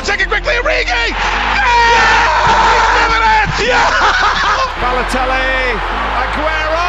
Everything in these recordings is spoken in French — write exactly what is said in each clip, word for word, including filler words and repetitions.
take it quickly, Origi! Yeah! He's doing it! Yeah! Balotelli, Aguero!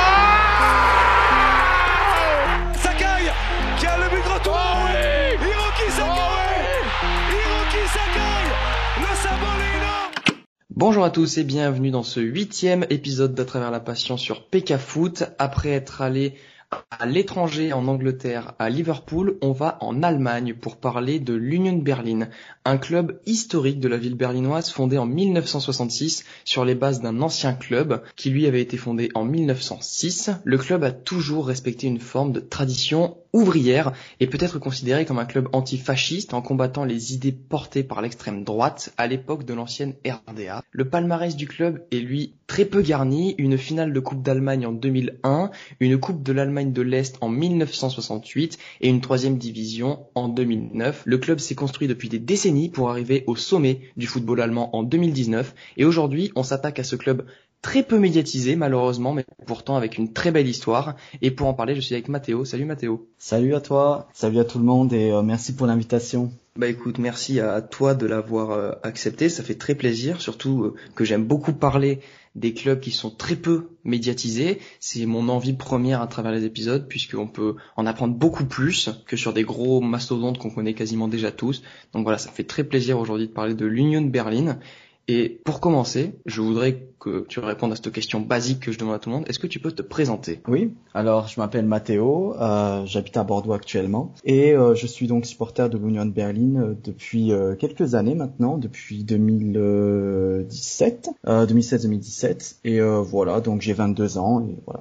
Sakai qui a le but de retour. Oh oui! Hiroki Sakai! Hiroki Sakai! Le Sabolino! Bonjour à tous et bienvenue dans ce huitième épisode d'À travers la passion sur P K Foot. Après être allé à l'étranger, en Angleterre, à Liverpool, on va en Allemagne pour parler de l'Union Berlin, un club historique de la ville berlinoise fondé en mille neuf cent soixante-six sur les bases d'un ancien club qui lui avait été fondé en mille neuf cent six. Le club a toujours respecté une forme de tradition ouvrière et peut être considéré comme un club antifasciste en combattant les idées portées par l'extrême droite à l'époque de l'ancienne R D A. Le palmarès du club est lui très peu garni, une finale de Coupe d'Allemagne en deux mille un, une Coupe de l'Allemagne de l'Est en mille neuf cent soixante-huit et une troisième division en deux mille neuf. Le club s'est construit depuis des décennies pour arriver au sommet du football allemand en deux mille dix-neuf et aujourd'hui on s'attaque à ce club très peu médiatisé malheureusement, mais pourtant avec une très belle histoire. Et pour en parler, je suis avec Mathéo. Salut Mathéo. Salut à toi, salut à tout le monde et euh, merci pour l'invitation. Bah écoute, merci à toi de l'avoir euh, accepté, ça fait très plaisir, surtout euh, que j'aime beaucoup parler des clubs qui sont très peu médiatisés. C'est mon envie première à travers les épisodes, puisqu'on peut en apprendre beaucoup plus que sur des gros mastodontes qu'on connaît quasiment déjà tous. Donc voilà, ça me fait très plaisir aujourd'hui de parler de l'Union Berlin. Et pour commencer, je voudrais que tu répondes à cette question basique que je demande à tout le monde. Est-ce que tu peux te présenter ? Oui, alors je m'appelle Mathéo, euh, j'habite à Bordeaux actuellement et euh, je suis donc supporter de l'Union Berlin euh, depuis euh, quelques années maintenant, depuis deux mille dix-sept, euh, deux mille seize deux mille dix-sept et euh, voilà, donc j'ai vingt-deux ans et voilà.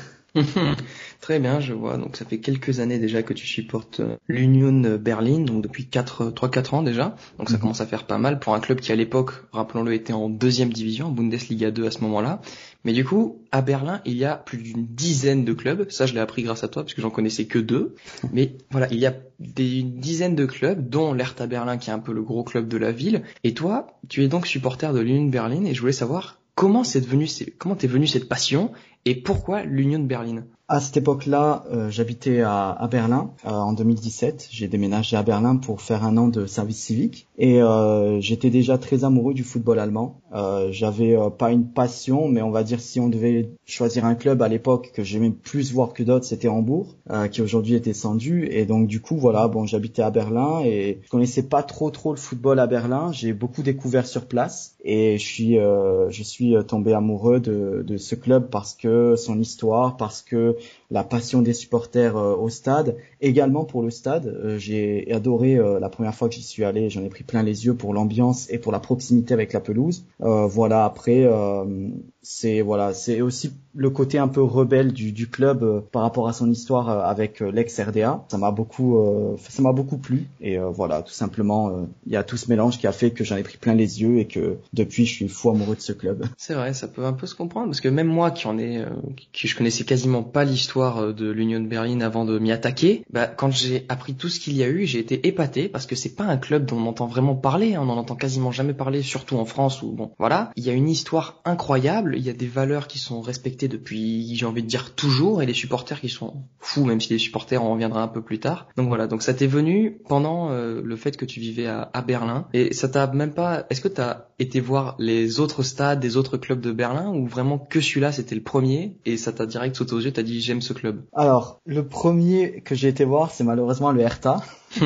Très bien, je vois. Donc ça fait quelques années déjà que tu supportes l'Union Berlin, donc depuis quatre, trois, quatre ans déjà. Donc ça mm-hmm. commence à faire pas mal pour un club qui à l'époque, rappelons-le, était en deuxième division, en Bundesliga deux à ce moment-là. Mais du coup, à Berlin, il y a plus d'une dizaine de clubs. Ça, je l'ai appris grâce à toi parce que j'en connaissais que deux. Mais voilà, il y a des, une dizaine de clubs, dont l'Hertha Berlin qui est un peu le gros club de la ville. Et toi, tu es donc supporter de l'Union Berlin et je voulais savoir comment c'est devenu, comment t'es venu cette passion et pourquoi l'Union Berlin ? À cette époque-là, euh, j'habitais à, à Berlin euh, en deux mille dix-sept. J'ai déménagé à Berlin pour faire un an de service civique et euh, j'étais déjà très amoureux du football allemand. Euh, j'avais euh, pas une passion, mais on va dire si on devait choisir un club à l'époque que j'aimais plus voir que d'autres, c'était Hambourg, euh, qui aujourd'hui est descendu. Et donc du coup, voilà, bon, j'habitais à Berlin et je connaissais pas trop trop le football à Berlin. J'ai beaucoup découvert sur place et je suis euh, je suis tombé amoureux de, de ce club parce que son histoire, parce que la passion des supporters euh, au stade, également pour le stade. Euh, j'ai adoré euh, la première fois que j'y suis allé, j'en ai pris plein les yeux pour l'ambiance et pour la proximité avec la pelouse. Euh, voilà, après euh, c'est voilà, c'est aussi le côté un peu rebelle du, du club euh, par rapport à son histoire euh, avec euh, l'ex-R D A. Ça m'a beaucoup euh, ça m'a beaucoup plu et euh, voilà, tout simplement euh, il y a tout ce mélange qui a fait que j'en ai pris plein les yeux et que depuis je suis fou amoureux de ce club. C'est vrai, ça peut un peu se comprendre parce que même moi qui en ai euh, qui je connaissais quasiment pas l'histoire de l'Union Berlin avant de m'y attaquer, bah quand j'ai appris tout ce qu'il y a eu, j'ai été épaté parce que c'est pas un club dont on entend vraiment parler, hein, on en entend quasiment jamais parler, surtout en France où bon, voilà, il y a une histoire incroyable, il y a des valeurs qui sont respectées depuis, j'ai envie de dire toujours, et les supporters qui sont fous, même si les supporters on reviendra un peu plus tard. Donc voilà, donc ça t'est venu pendant euh, le fait que tu vivais à, à Berlin et ça t'a même pas, est-ce que t'as été voir les autres stades des autres clubs de Berlin ou vraiment que celui-là c'était le premier et ça t'a direct sauté aux yeux, t'as dit j'aime ce club? Alors, le premier que j'ai été voir, c'est malheureusement le Hertha.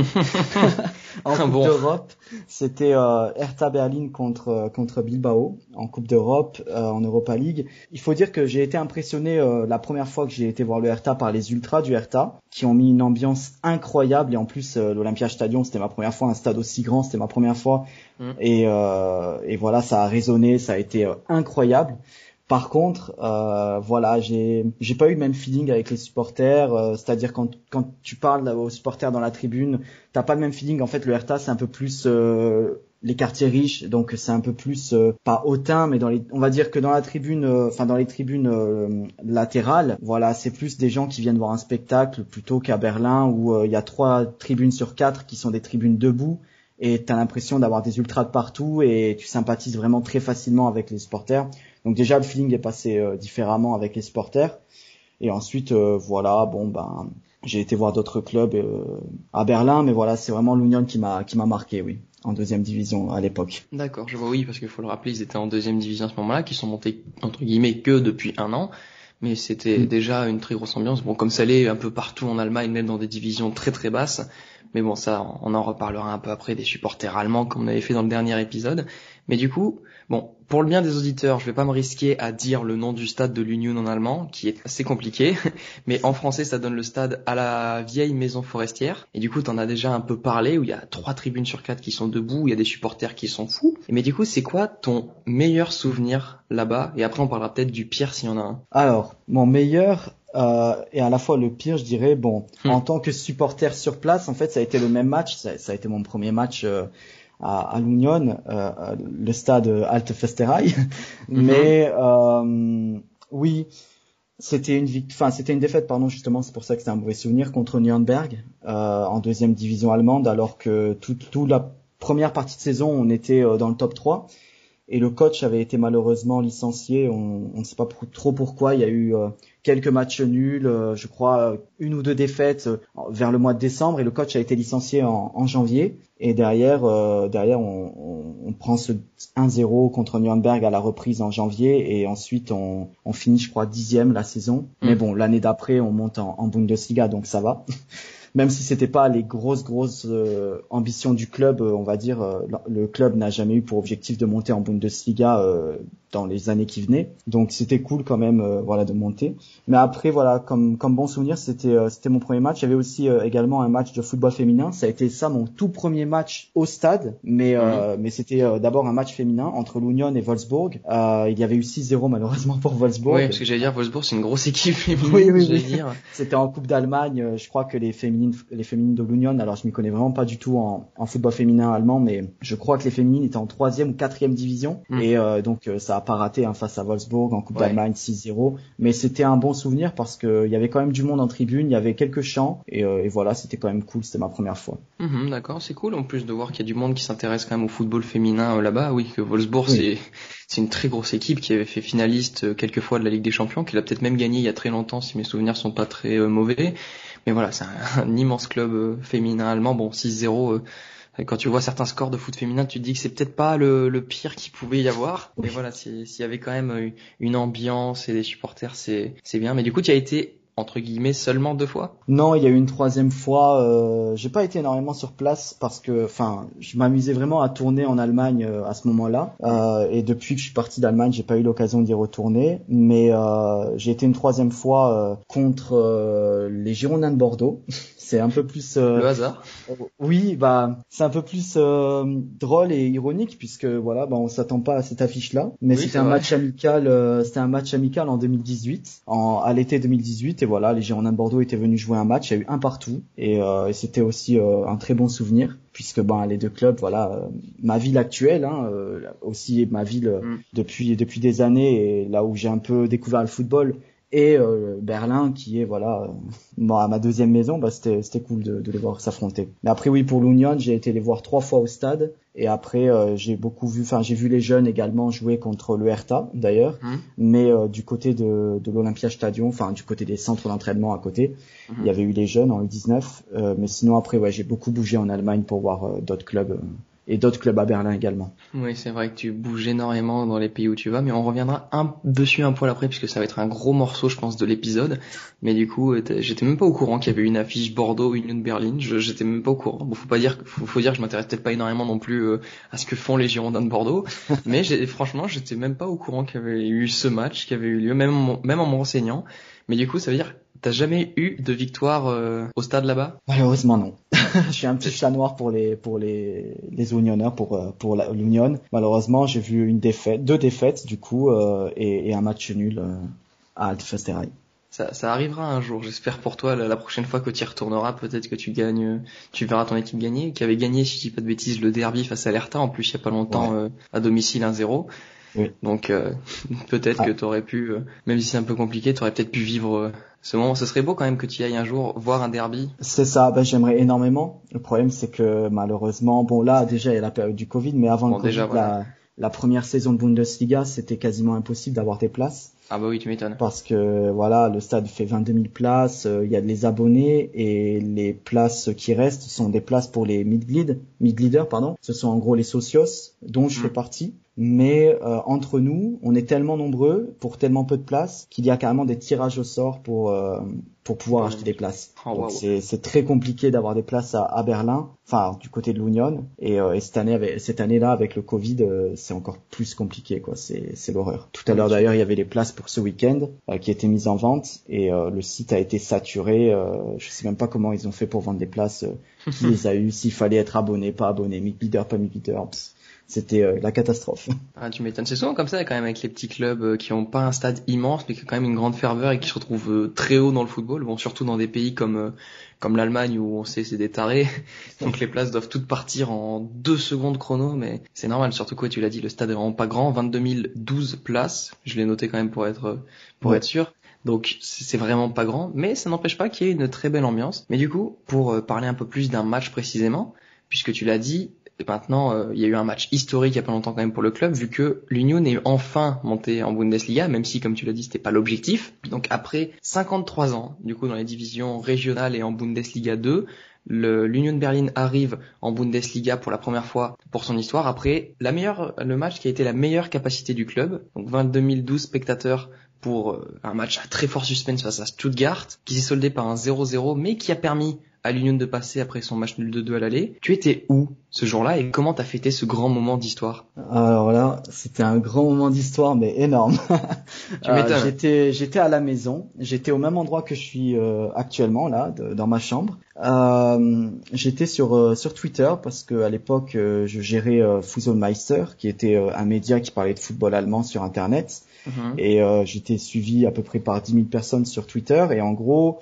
en Coupe bon. d'Europe, c'était euh, Hertha Berlin contre euh, contre Bilbao en Coupe d'Europe, euh, en Europa League. Il faut dire que j'ai été impressionné euh, la première fois que j'ai été voir le Hertha par les ultras du Hertha, qui ont mis une ambiance incroyable et en plus euh, l'Olympia Stadium, c'était ma première fois, un stade aussi grand, c'était ma première fois mm. et euh, et voilà, ça a résonné, ça a été euh, incroyable. Par contre, euh, voilà, j'ai j'ai pas eu le même feeling avec les supporters. Euh, c'est-à-dire quand quand tu parles aux supporters dans la tribune, t'as pas le même feeling. En fait, le Hertha c'est un peu plus euh, les quartiers riches, donc c'est un peu plus euh, pas hautain, mais dans les, on va dire que dans la tribune, enfin euh, dans les tribunes euh, latérales, voilà, c'est plus des gens qui viennent voir un spectacle plutôt qu'à Berlin où il euh, y a trois tribunes sur quatre qui sont des tribunes debout. Et t'as l'impression d'avoir des ultras de partout et tu sympathises vraiment très facilement avec les supporters. Donc déjà le feeling est passé euh, différemment avec les supporters. Et ensuite euh, voilà, bon ben j'ai été voir d'autres clubs euh, à Berlin, mais voilà, c'est vraiment l'Union qui m'a qui m'a marqué, oui, en deuxième division à l'époque. D'accord, je vois, oui, parce qu'il faut le rappeler, ils étaient en deuxième division à ce moment-là, qui sont montés entre guillemets que depuis un an. Mais c'était mmh. déjà une très grosse ambiance. Bon, comme ça l'est un peu partout en Allemagne, même dans des divisions très très basses. Mais bon, ça, on en reparlera un peu après des supporters allemands, comme on avait fait dans le dernier épisode. Mais du coup, bon, pour le bien des auditeurs, je vais pas me risquer à dire le nom du stade de l'Union en allemand, qui est assez compliqué. Mais en français, ça donne le stade à la vieille maison forestière. Et du coup, t'en as déjà un peu parlé, où il y a trois tribunes sur quatre qui sont debout, où il y a des supporters qui sont fous. Mais du coup, c'est quoi ton meilleur souvenir là-bas? Et après, on parlera peut-être du pire s'il y en a un. Alors, mon meilleur... Euh, et à la fois le pire, je dirais, bon, hmm. en tant que supporter sur place, en fait, ça a été le même match, ça, ça a été mon premier match euh, à, à l'Union, euh, le stade Alte Försterei, mm-hmm. mais euh, oui, c'était une vict- enfin, c'était une défaite, pardon, justement, c'est pour ça que c'était un mauvais souvenir contre Nürnberg euh, en deuxième division allemande, alors que toute tout la première partie de saison, on était euh, dans le top trois. Et le coach avait été malheureusement licencié, on, on ne sait pas pour, trop pourquoi, il y a eu euh, quelques matchs nuls, euh, je crois une ou deux défaites euh, vers le mois de décembre, et le coach a été licencié en, en janvier, et derrière euh, derrière on, on, on prend ce un zéro contre Nürnberg à la reprise en janvier, et ensuite on, on finit je crois dixième la saison, mmh. mais bon, l'année d'après on monte en, en Bundesliga, donc ça va. Même si c'était pas les grosses grosses euh, ambitions du club, euh, on va dire, euh, le club n'a jamais eu pour objectif de monter en Bundesliga euh, dans les années qui venaient. Donc c'était cool quand même, euh, voilà, de monter. Mais après, voilà, comme comme bon souvenir, c'était euh, c'était mon premier match. Il y avait aussi euh, également un match de football féminin. Ça a été ça mon tout premier match au stade, mais euh, mmh. mais c'était euh, d'abord un match féminin entre l'Union et Wolfsburg. Euh, il y avait eu six zéro malheureusement pour Wolfsburg. Oui, parce que j'allais dire Wolfsburg, c'est une grosse équipe féminine. Oui, oui, oui. Dire. C'était en Coupe d'Allemagne. Je crois que les féminines les féminines de l'Union, alors je m'y connais vraiment pas du tout en, en football féminin allemand, mais je crois que les féminines étaient en troisième ou quatrième division, mmh. et euh, donc euh, ça a pas raté hein, face à Wolfsburg en Coupe ouais. d'Allemagne six zéro, mais c'était un bon souvenir parce que il y avait quand même du monde en tribune, il y avait quelques chants, et, euh, et voilà, c'était quand même cool, c'était ma première fois. Mmh, d'accord, c'est cool en plus de voir qu'il y a du monde qui s'intéresse quand même au football féminin euh, là-bas. Oui, que Wolfsburg oui. c'est c'est une très grosse équipe qui avait fait finaliste euh, quelques fois de la Ligue des Champions, qui l'a peut-être même gagné il y a très longtemps si mes souvenirs sont pas très euh, mauvais. Mais voilà, c'est un, un immense club euh, féminin allemand. Bon, six zéro, euh, quand tu vois certains scores de foot féminin, tu te dis que c'est peut-être pas le, le pire qu'il pouvait y avoir. Oui. Mais voilà, s'il y avait quand même une ambiance et des supporters, c'est, c'est bien. Mais du coup, tu as été entre guillemets seulement deux fois? Non, il y a eu une troisième fois. Euh, j'ai pas été énormément sur place parce que, enfin, je m'amusais vraiment à tourner en Allemagne euh, à ce moment-là. Euh, et depuis que je suis parti d'Allemagne, j'ai pas eu l'occasion d'y retourner. Mais euh, j'ai été une troisième fois euh, contre euh, les Girondins de Bordeaux. C'est un peu plus euh, le hasard. Euh, oui, bah c'est un peu plus euh, drôle et ironique puisque voilà, bah on s'attend pas à cette affiche-là. Mais oui, c'était un vrai. match amical. Euh, c'était un match amical en deux mille dix-huit, en à l'été deux mille dix-huit. Et voilà, les Girondins de Bordeaux étaient venus jouer un match. Il y a eu un partout et, euh, et c'était aussi euh, un très bon souvenir puisque ben les deux clubs, voilà, euh, ma ville actuelle, hein, euh, aussi ma ville euh, mm. depuis depuis des années et là où j'ai un peu découvert le football. Et euh, Berlin qui est voilà euh, ma, ma deuxième maison, bah c'était c'était cool de, de les voir s'affronter. Mais après oui, pour l'Union, j'ai été les voir trois fois au stade et après euh, j'ai beaucoup vu enfin j'ai vu les jeunes également jouer contre le Hertha d'ailleurs, mmh. mais euh, du côté de de l'Olympiastadion, enfin du côté des centres d'entraînement à côté, mmh. il y avait eu les jeunes en U dix-neuf, euh, mais sinon après ouais, j'ai beaucoup bougé en Allemagne pour voir euh, d'autres clubs euh, et d'autres clubs à Berlin également. Oui, c'est vrai que tu bouges énormément dans les pays où tu vas, mais on reviendra un dessus un poil après puisque ça va être un gros morceau, je pense, de l'épisode. Mais du coup, j'étais même pas au courant qu'il y avait une affiche Bordeaux, Union Berlin. Je, j'étais même pas au courant. Bon, faut pas dire, faut, faut dire que je m'intéresse peut-être pas énormément non plus euh, à ce que font les Girondins de Bordeaux, mais j'ai, franchement, j'étais même pas au courant qu'il y avait eu ce match qui avait eu lieu, même en, même en me renseignant. Mais du coup, ça veut dire t'as jamais eu de victoire euh, au stade là-bas? Malheureusement non. Je suis un petit chat noir pour les pour les les Unionneurs, pour pour la, l'Union. Malheureusement, j'ai vu une défaite, deux défaites du coup euh, et, et un match nul euh, à Alte Försterei. Ça, ça arrivera un jour, j'espère pour toi. La, la prochaine fois que tu y retourneras, peut-être que tu gagnes, tu verras ton équipe gagner, qui avait gagné, si je dis pas de bêtises, le derby face à l'Hertha en plus il y a pas longtemps, ouais. euh, à domicile un zéro. Oui. Donc euh, peut-être ah. que t'aurais pu, euh, même si c'est un peu compliqué, t'aurais peut-être pu vivre euh, ce moment. Ce serait beau quand même que tu y ailles un jour voir un derby. C'est ça, ben j'aimerais énormément. Le problème c'est que malheureusement, bon là déjà il y a la période du Covid, mais avant bon, le Covid, déjà, voilà. la, la première saison de Bundesliga, c'était quasiment impossible d'avoir des places. Ah bah oui, tu m'étonnes. Parce que voilà, le stade fait vingt-deux mille places, il euh, y a les abonnés et les places qui restent sont des places pour les Mitglied, Mitglieder, pardon. Ce sont en gros les socios dont je mmh. fais partie. Mais euh, entre nous, on est tellement nombreux pour tellement peu de places qu'il y a carrément des tirages au sort pour euh, pour pouvoir mmh. acheter des places. Oh, Donc wow. c'est c'est très compliqué d'avoir des places à, à Berlin, enfin du côté de l'Union. Et, euh, et cette année, avec, cette année-là, avec le Covid, euh, c'est encore plus compliqué, quoi. C'est c'est l'horreur. Tout à l'heure d'ailleurs, il y avait les places pour ce week-end euh, qui étaient mises en vente et euh, le site a été saturé. Euh, je sais même pas comment ils ont fait pour vendre des places. Euh, qui les a eu, s'il fallait être abonné, pas abonné, Mitglieder, pas Mitglieder. C'était euh, la catastrophe. Ah, tu m'étonnes. C'est souvent comme ça quand même avec les petits clubs euh, qui ont pas un stade immense mais qui ont quand même une grande ferveur et qui se retrouvent euh, très haut dans le football. Bon, surtout dans des pays comme euh, comme l'Allemagne où on sait c'est des tarés. Donc les places doivent toutes partir en deux secondes chrono, mais c'est normal. Surtout quoi, tu l'as dit, le stade est vraiment pas grand, vingt-deux mille douze places. Je l'ai noté quand même pour être pour ouais. être sûr. Donc c'est vraiment pas grand, mais ça n'empêche pas qu'il y ait une très belle ambiance. Mais du coup, pour parler un peu plus d'un match précisément, puisque tu l'as dit, maintenant euh, il y a eu un match historique il y a pas longtemps quand même pour le club, vu que l'Union est enfin montée en Bundesliga, même si comme tu l'as dit c'était pas l'objectif. Donc après cinquante-trois ans, du coup dans les divisions régionales et en Bundesliga deux, le, l'Union Berlin arrive en Bundesliga pour la première fois pour son histoire après la meilleure, le match qui a été la meilleure capacité du club, donc vingt-deux mille douze spectateurs pour un match à très fort suspense face à Stuttgart, qui s'est soldé par un zéro zéro, mais qui a permis à l'Union de passer après son match nul deux deux à l'aller. Tu étais où ce jour-là et comment t'as fêté ce grand moment d'histoire? Alors là, c'était un grand moment d'histoire, mais énorme. Tu m'étonnes. Euh, j'étais, j'étais à la maison, j'étais au même endroit que je suis euh, actuellement là, de, dans ma chambre. Euh, j'étais sur euh, sur Twitter parce que à l'époque, euh, je gérais euh, Fußballmeister, qui était euh, un média qui parlait de football allemand sur Internet. Mmh. Et euh, j'étais suivi à peu près par dix mille personnes sur Twitter. Et en gros,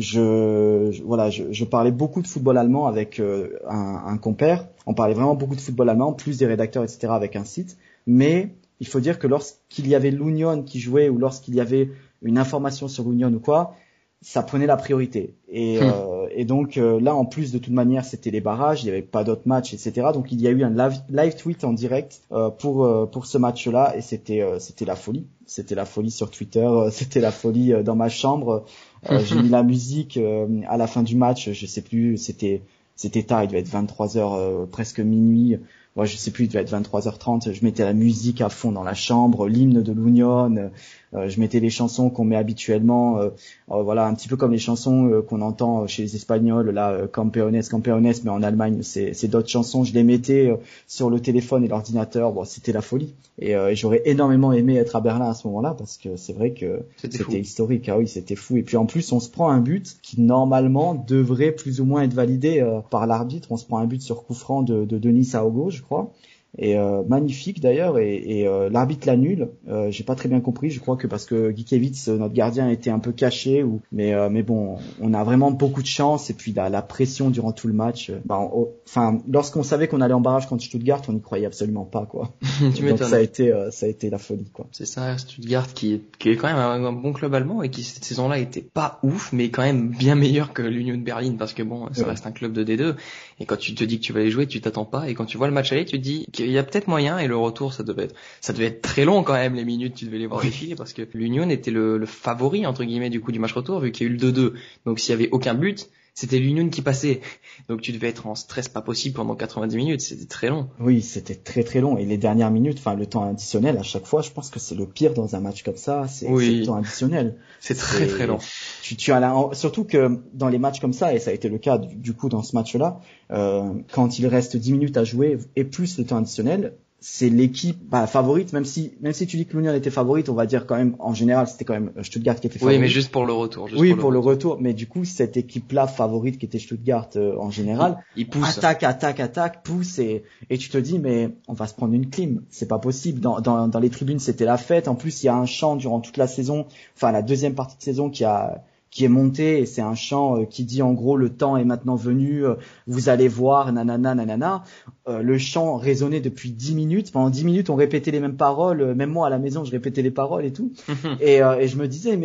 je, je voilà, je, je parlais beaucoup de football allemand avec euh, un, un compère. On parlait vraiment beaucoup de football allemand, plus des rédacteurs, et cetera, avec un site. Mais il faut dire que lorsqu'il y avait l'Union qui jouait ou lorsqu'il y avait une information sur l'Union ou quoi, ça prenait la priorité. Et, mmh. euh, et donc euh, là, en plus de toute manière, c'était les barrages, il n'y avait pas d'autres matchs, et cetera. Donc il y a eu un live, live tweet en direct euh, pour euh, pour ce match-là, et c'était euh, c'était la folie. C'était la folie sur Twitter, euh, c'était la folie euh, dans ma chambre. Euh, j'ai mis la musique euh, à la fin du match, je sais plus, c'était c'était tard, il devait être vingt-trois heures, euh, presque minuit. Ouais, je sais plus, il devait être vingt-trois heures trente. Je mettais la musique à fond dans la chambre, l'hymne de l'Union. Euh, je mettais les chansons qu'on met habituellement, euh, euh, voilà, un petit peu comme les chansons euh, qu'on entend chez les Espagnols, là, euh, Campeones, Campeones, mais en Allemagne, c'est, c'est d'autres chansons. Je les mettais euh, sur le téléphone et l'ordinateur. Bon, c'était la folie. Et, euh, et j'aurais énormément aimé être à Berlin à ce moment-là parce que c'est vrai que c'était, c'était historique. Ah oui, c'était fou. Et puis en plus, on se prend un but qui normalement devrait plus ou moins être validé euh, par l'arbitre. On se prend un but sur coup franc de, de Denis Saogo, je crois. Et euh, magnifique d'ailleurs, et, et euh, l'arbitre l'annule. Euh, j'ai pas très bien compris. Je crois que parce que Gikiewicz, notre gardien, était un peu caché. Ou mais euh, mais bon, on a vraiment beaucoup de chance. Et puis la, la pression durant tout le match. Bah, enfin, lorsqu'on savait qu'on allait en barrage contre Stuttgart, on n'y croyait absolument pas, quoi. Tu Donc ça a été euh, ça a été la folie, quoi. C'est ça, Stuttgart qui est qui est quand même un, un bon club allemand et qui cette saison-là était pas ouf, mais quand même bien meilleur que l'Union de Berlin parce que bon, ça ouais. reste un club de D deux. Et quand tu te dis que tu vas aller jouer, tu t'attends pas. Et quand tu vois le match aller, tu te dis il y a peut-être moyen, et le retour ça devait être ça devait être très long quand même, les minutes tu devais les voir défiler parce que l'Union était le, le favori entre guillemets du coup du match retour vu qu'il y a eu le deux deux, donc s'il y avait aucun but c'était l'Union qui passait, donc tu devais être en stress pas possible pendant quatre-vingt-dix minutes, c'était très long. Oui, c'était très très long, et les dernières minutes, enfin le temps additionnel à chaque fois, je pense que c'est le pire dans un match comme ça, c'est, oui. c'est le temps additionnel. C'est très c'est, très long. Tu, tu as la, surtout que dans les matchs comme ça, et ça a été le cas du, du coup dans ce match-là, euh, quand il reste dix minutes à jouer et plus le temps additionnel, c'est l'équipe bah, favorite, même si même si tu dis que l'Union était favorite, on va dire quand même en général c'était quand même Stuttgart qui était favorite. Oui, mais juste pour le retour. Juste oui, pour, pour le, le retour. retour. Mais du coup, cette équipe-là favorite qui était Stuttgart euh, en général, il, il pousse. attaque, attaque, attaque, pousse et et tu te dis mais on va se prendre une clim, c'est pas possible. Dans dans dans les tribunes c'était la fête. En plus il y a un chant durant toute la saison, enfin la deuxième partie de saison qui a qui est monté, et c'est un chant euh, qui dit en gros le temps est maintenant venu, euh, vous allez voir, nanana, nanana. Euh, le chant résonnait depuis dix minutes. Pendant dix minutes, on répétait les mêmes paroles. Euh, même moi à la maison, je répétais les paroles et tout. et, euh, et je me disais mais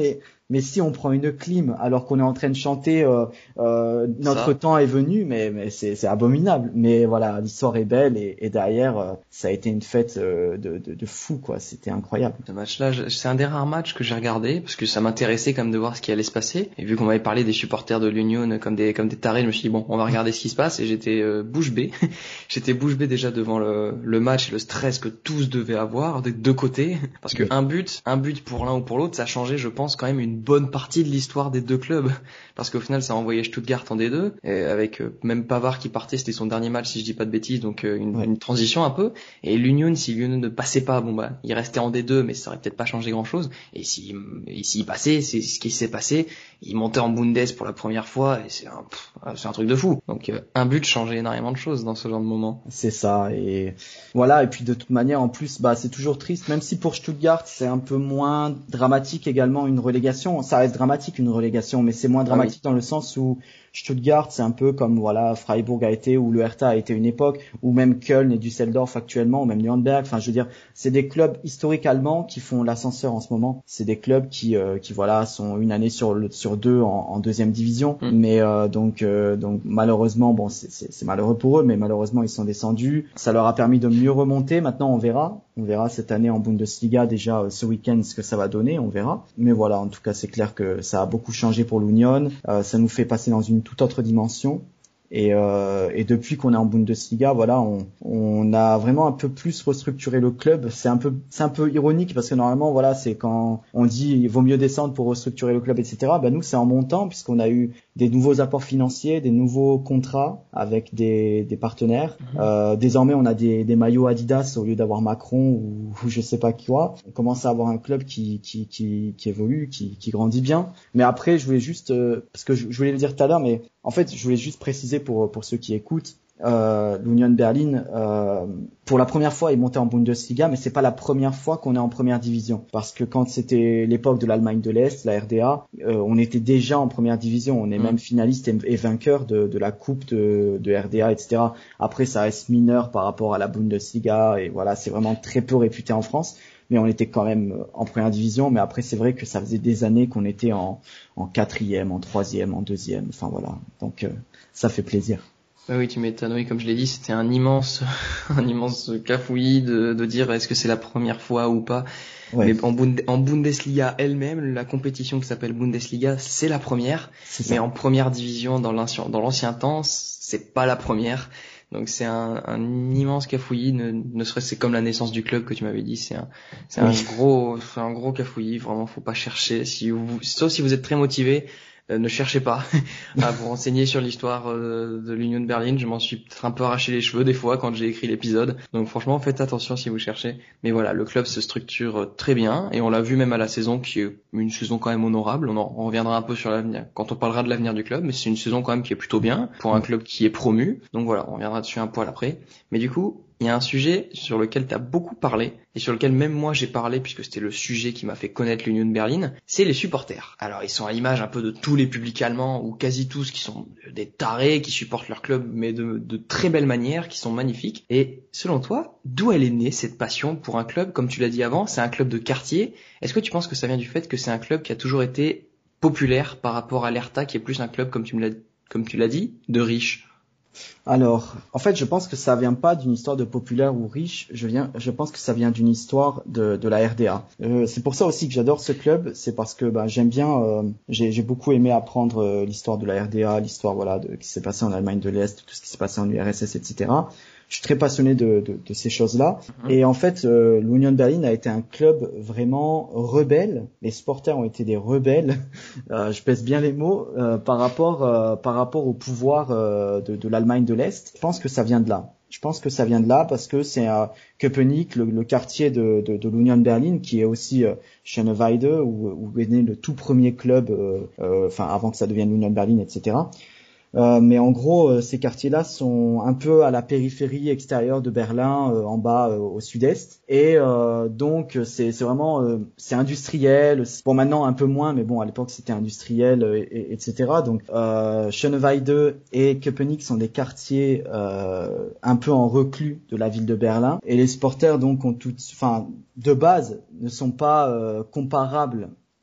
mais si on prend une clim alors qu'on est en train de chanter euh, euh, notre ça. temps est venu, mais mais c'est c'est abominable. Mais voilà, l'histoire est belle et, et derrière euh, ça a été une fête euh, de, de de fou quoi. C'était incroyable. Ce match-là, c'est un des rares matchs que j'ai regardé parce que ça m'intéressait quand même de voir ce qui allait se passer. Et vu qu'on m'avait parlé des supporters de l'Union comme des comme des tarés, je me suis dit bon, on va regarder ce qui se passe. Et j'étais euh, bouche bée. j'étais bouche bée déjà devant le le match et le stress que tous devaient avoir des deux côtés, parce que oui. un but, un but pour l'un ou pour l'autre, ça a changé, je pense, quand même une bonne partie de l'histoire des deux clubs, parce qu'au final, ça a envoyé Stuttgart en D deux, et avec euh, même Pavard qui partait, c'était son dernier match, si je dis pas de bêtises, donc euh, une, ouais. une transition un peu. Et l'Union, si l'Union ne passait pas, bon bah, il restait en D deux, mais ça aurait peut-être pas changé grand-chose. Et si et s'il passait, c'est ce qui s'est passé. Il montait en Bundes pour la première fois, et c'est un, pff, c'est un truc de fou. Donc euh, un but changeait énormément de choses dans ce genre de moment. C'est ça, et voilà. Et puis de toute manière, en plus, bah c'est toujours triste, même si pour Stuttgart c'est un peu moins dramatique également une relégation. Ça reste dramatique une relégation, mais c'est moins dramatique ah oui. dans le sens où Stuttgart c'est un peu comme voilà Freiburg a été, ou le Hertha a été une époque, ou même Köln et Düsseldorf actuellement, ou même Nuremberg. Enfin, je veux dire, c'est des clubs historiques allemands qui font l'ascenseur en ce moment. C'est des clubs qui euh, qui voilà sont une année sur le, sur deux en, en deuxième division, mm. mais euh, donc euh, donc malheureusement bon c'est, c'est c'est malheureux pour eux, mais malheureusement ils sont descendus. Ça leur a permis de mieux remonter. Maintenant on verra, on verra cette année en Bundesliga déjà euh, ce week-end ce que ça va donner, on verra. Mais voilà, en tout cas c'est clair que ça a beaucoup changé pour l'Union. Euh, ça nous fait passer dans une toute autre dimension. Et, euh, et depuis qu'on est en Bundesliga, voilà, on, on a vraiment un peu plus restructuré le club. C'est un peu, c'est un peu ironique parce que normalement, voilà, c'est quand on dit il vaut mieux descendre pour restructurer le club, et cetera. Ben nous, c'est en montant puisqu'on a eu des nouveaux apports financiers, des nouveaux contrats avec des, des partenaires. Mmh. Euh, désormais, on a des, des maillots Adidas au lieu d'avoir Macron ou, ou je sais pas quoi. On commence à avoir un club qui, qui, qui, qui évolue, qui, qui grandit bien. Mais après, je voulais juste, euh, parce que je, je voulais le dire tout à l'heure, mais en fait, je voulais juste préciser pour pour ceux qui écoutent, euh, l'Union Berlin, euh, pour la première fois, est monté en Bundesliga, mais c'est pas la première fois qu'on est en première division, parce que quand c'était l'époque de l'Allemagne de l'Est, la R D A, euh, on était déjà en première division, on est mmh. même finaliste et, et vainqueur de, de la coupe de, de R D A, et cetera. Après, ça reste mineur par rapport à la Bundesliga, et voilà, c'est vraiment très peu réputé en France. Mais on était quand même en première division. Mais après, c'est vrai que ça faisait des années qu'on était en, en quatrième, en troisième, en deuxième. Enfin voilà. Donc euh, ça fait plaisir. Bah oui, tu m'étonnes. Oui, comme je l'ai dit, c'était un immense, un immense cafouillis de, de dire est-ce que c'est la première fois ou pas. Ouais. Mais en, Bund- en Bundesliga elle-même, la compétition qui s'appelle Bundesliga, c'est la première. C'est mais en première division, dans l'ancien, dans l'ancien temps, c'est pas la première. Donc c'est un, un immense cafouillis, ne, ne serait-ce c'est comme la naissance du club que tu m'avais dit, c'est un, c'est oui. un gros, c'est un gros cafouillis. Vraiment, faut pas chercher. Si vous, sauf si vous êtes très motivé, euh, ne cherchez pas à vous renseigner sur l'histoire euh, de l'Union de Berlin. Je m'en suis peut-être un peu arraché les cheveux des fois quand j'ai écrit l'épisode. Donc franchement, faites attention si vous cherchez. Mais voilà, le club se structure très bien et on l'a vu même à la saison qui est une saison quand même honorable. On en on reviendra un peu sur l'avenir quand on parlera de l'avenir du club, mais c'est une saison quand même qui est plutôt bien pour un club qui est promu. Donc voilà, on reviendra dessus un poil après. Mais du coup, il y a un sujet sur lequel tu as beaucoup parlé et sur lequel même moi j'ai parlé puisque c'était le sujet qui m'a fait connaître l'Union de Berlin, c'est les supporters. Alors ils sont à l'image un peu de tous les publics allemands ou quasi tous qui sont des tarés, qui supportent leur club mais de, de très belle manière, qui sont magnifiques. Et selon toi, d'où elle est née cette passion pour un club? Comme tu l'as dit avant, c'est un club de quartier. Est-ce que tu penses que ça vient du fait que c'est un club qui a toujours été populaire par rapport à l'Hertha qui est plus un club, comme tu me l'as, comme tu l'as dit, de riches? Alors, en fait, je pense que ça vient pas d'une histoire de populaire ou riche. Je viens, je pense que ça vient d'une histoire de, de la R D A. Euh, c'est pour ça aussi que j'adore ce club. C'est parce que bah, j'aime bien. Euh, j'ai, j'ai beaucoup aimé apprendre euh, l'histoire de la R D A, l'histoire voilà de qui s'est passé en Allemagne de l'Est, tout ce qui s'est passé en U R S S, et cetera. Je suis très passionné de, de, de ces choses-là. Mmh. Et en fait, euh, l'Union Berlin a été un club vraiment rebelle. Les supporters ont été des rebelles. Euh, je pèse bien les mots euh, par rapport euh, par rapport au pouvoir euh, de, de l'Allemagne de l'Est. Je pense que ça vient de là. Je pense que ça vient de là parce que c'est à Köpenick, le, le quartier de, de, de l'Union Berlin, qui est aussi euh, Schöneweide, où, où est né le tout premier club, euh, euh, enfin avant que ça devienne l'Union Berlin, et cetera. Euh, mais en gros, euh, ces quartiers-là sont un peu à la périphérie extérieure de Berlin, euh, en bas euh, au sud-est. Et euh, donc, c'est, c'est vraiment, euh, c'est industriel. Bon, maintenant un peu moins, mais bon, à l'époque c'était industriel, et, et, etc. Donc, euh, Schöneweide et Köpenick sont des quartiers euh, un peu en reclus de la ville de Berlin. Et les supporters, donc, ont toutes, enfin, de base, ne sont pas euh, comparables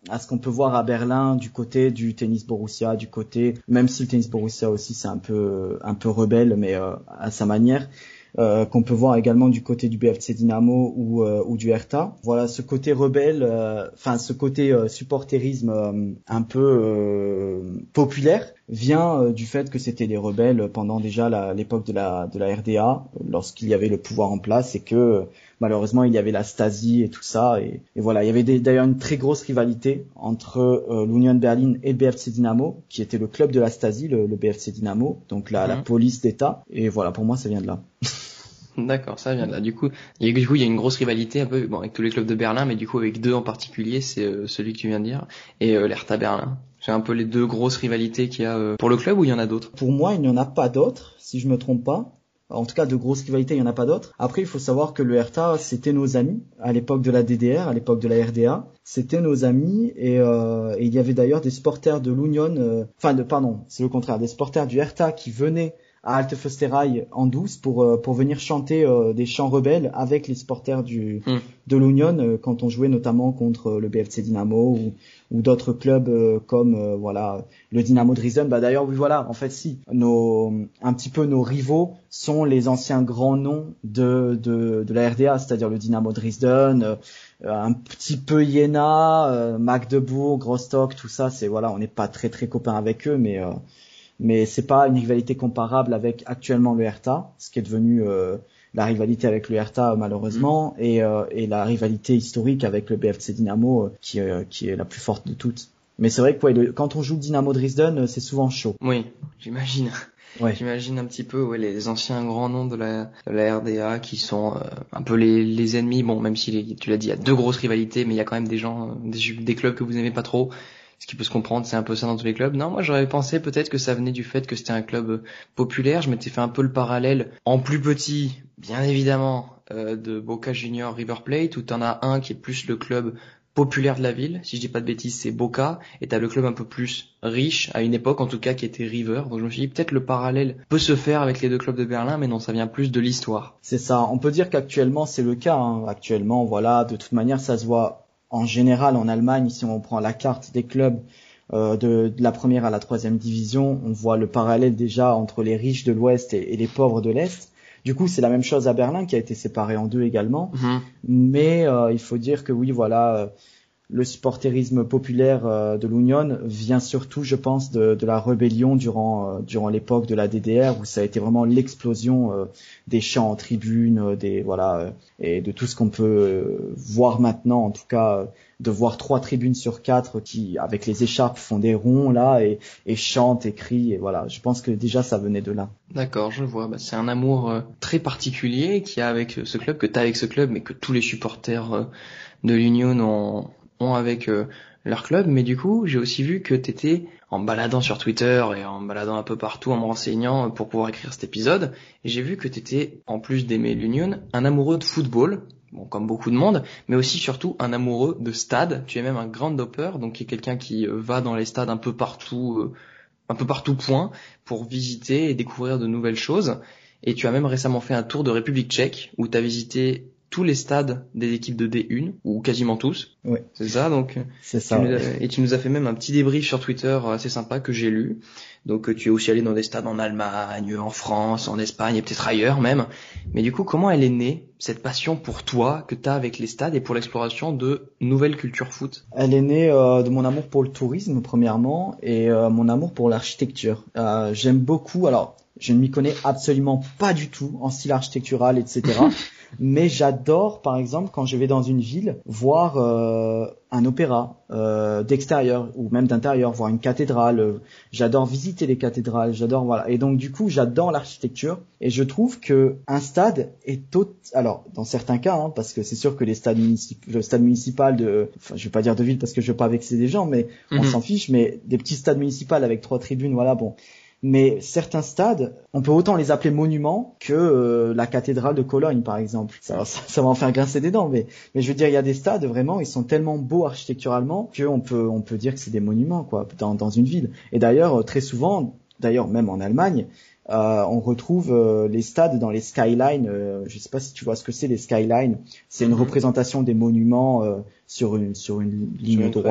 à ce qu'on peut voir à Berlin du côté du Tennis Borussia, du côté, même si le Tennis Borussia aussi c'est un peu un peu rebelle, mais euh, à sa manière. Euh, qu'on peut voir également du côté du B F C Dynamo ou euh, ou du Hertha. Voilà, ce côté rebelle, enfin euh, ce côté euh, supporterisme euh, un peu euh, populaire vient euh, du fait que c'était des rebelles pendant déjà la, l'époque de la de la R D A, lorsqu'il y avait le pouvoir en place et que euh, malheureusement il y avait la Stasi et tout ça et, et voilà, il y avait des, d'ailleurs une très grosse rivalité entre euh, l'Union Berlin et le B F C Dynamo, qui était le club de la Stasi, le, le B F C Dynamo, donc la, mmh. la police d'État, et voilà, pour moi ça vient de là. D'accord, ça vient de là. Du coup, il y a, du coup, il y a une grosse rivalité un peu, bon, avec tous les clubs de Berlin, mais du coup avec deux en particulier, c'est euh, celui que tu viens de dire, et euh, l'Hertha Berlin. C'est un peu les deux grosses rivalités qu'il y a euh, pour le club, ou il y en a d'autres? Pour moi, il n'y en a pas d'autres, si je me trompe pas. En tout cas, de grosses rivalités, il n'y en a pas d'autres. Après, il faut savoir que le Hertha, c'était nos amis à l'époque de la D D R, à l'époque de la R D A. C'était nos amis et, euh, et il y avait d'ailleurs des supporters de l'Union, euh, enfin, de, pardon, c'est le contraire, des supporters du Hertha qui venaient à Alte Försterei en douce pour euh, pour venir chanter euh, des chants rebelles avec les supporters du mm. de l'Union euh, quand on jouait notamment contre euh, le B F C Dynamo ou ou d'autres clubs euh, comme euh, voilà le Dynamo Dresden. Bah d'ailleurs oui voilà, en fait si nos un petit peu nos rivaux sont les anciens grands noms de de de la R D A, c'est-à-dire le Dynamo Dresden, euh, un petit peu Jena, euh, Magdebourg, Rostock, tout ça, c'est voilà, on n'est pas très très copains avec eux, mais euh, mais c'est pas une rivalité comparable avec actuellement le Hertha, ce qui est devenu euh, la rivalité avec le Hertha malheureusement, mmh. et, euh, et la rivalité historique avec le B F C Dynamo euh, qui, euh, qui est la plus forte de toutes. Mais c'est vrai que ouais, le, quand on joue Dynamo Dresden, c'est souvent chaud. Oui, j'imagine. Ouais. J'imagine un petit peu ouais, les anciens grands noms de la, de la R D A qui sont euh, un peu les, les ennemis. Bon, même si les, tu l'as dit, il y a deux grosses rivalités, mais il y a quand même des gens, des, des clubs que vous aimez pas trop. Ce qui peut se comprendre, c'est un peu ça dans tous les clubs. Non, moi j'aurais pensé peut-être que ça venait du fait que c'était un club populaire. Je m'étais fait un peu le parallèle en plus petit, bien évidemment, euh, de Boca Juniors River Plate, où t'en as un qui est plus le club populaire de la ville. Si je dis pas de bêtises, c'est Boca, et t'as le club un peu plus riche, à une époque en tout cas, qui était River. Donc je me suis dit peut-être le parallèle peut se faire avec les deux clubs de Berlin, mais non, ça vient plus de l'histoire. C'est ça. On peut dire qu'actuellement c'est le cas. Hein. Actuellement, voilà, de toute manière, ça se voit. En général, en Allemagne, si on prend la carte des clubs euh, de, de la première à la troisième division, on voit le parallèle déjà entre les riches de l'Ouest et, et les pauvres de l'Est. Du coup, c'est la même chose à Berlin, qui a été séparé en deux également. Mmh. Mais euh, il faut dire que oui, voilà, euh, le supporterisme populaire euh, de l'Union vient surtout, je pense, de, de la rébellion durant euh, durant l'époque de la D D R, où ça a été vraiment l'explosion euh, des chants en tribune, euh, des voilà, euh, et de tout ce qu'on peut euh, voir maintenant, en tout cas, euh, de voir trois tribunes sur quatre qui, avec les écharpes, font des ronds là et, et chantent et crient. Et voilà, je pense que déjà ça venait de là. D'accord, je vois. Bah, c'est un amour euh, très particulier qu'il y a avec ce club, que t'as avec ce club, mais que tous les supporters euh, de l'Union ont avec euh, leur club. Mais du coup, j'ai aussi vu que t'étais, en baladant sur Twitter et en baladant un peu partout, en me renseignant pour pouvoir écrire cet épisode, et j'ai vu que t'étais, en plus d'aimer l'Union, un amoureux de football, bon, comme beaucoup de monde, mais aussi surtout un amoureux de stade. Tu es même un grand hopper, donc qui est quelqu'un qui euh, va dans les stades un peu partout, euh, un peu partout point, pour visiter et découvrir de nouvelles choses. Et tu as même récemment fait un tour de République tchèque, où tu as visité tous les stades des équipes de D un, ou quasiment tous. Oui. C'est ça, donc. C'est ça. Tu ouais. as, et tu nous as fait même un petit débrief sur Twitter assez sympa que j'ai lu. Donc, tu es aussi allé dans des stades en Allemagne, en France, en Espagne, et peut-être ailleurs même. Mais du coup, comment elle est née, cette passion pour toi que tu as avec les stades et pour l'exploration de nouvelles cultures foot? Elle est née euh, de mon amour pour le tourisme, premièrement, et euh, mon amour pour l'architecture. Euh, j'aime beaucoup, alors, je ne m'y connais absolument pas du tout en style architectural, et cetera Mais j'adore, par exemple, quand je vais dans une ville, voir euh, un opéra euh, d'extérieur ou même d'intérieur, voir une cathédrale. Euh, j'adore visiter les cathédrales, j'adore voilà. Et donc du coup, j'adore l'architecture et je trouve que un stade est tout. Alors dans certains cas, hein, parce que c'est sûr que les stades municipaux, le stade municipal de, enfin je vais pas dire de ville parce que je veux pas vexer des gens, mais mm-hmm. on s'en fiche. Mais des petits stades municipaux avec trois tribunes, voilà, bon. Mais certains stades, on peut autant les appeler monuments que euh, la cathédrale de Cologne, par exemple. Ça, ça, ça va en faire grincer des dents, mais, mais je veux dire, il y a des stades vraiment, ils sont tellement beaux architecturalement qu'on peut, on peut dire que c'est des monuments, quoi, dans, dans une ville. Et d'ailleurs, très souvent, d'ailleurs même en Allemagne, euh, on retrouve euh, les stades dans les skylines. Euh, je sais pas si tu vois ce que c'est les skylines. C'est une représentation des monuments euh, sur une sur une ligne droite.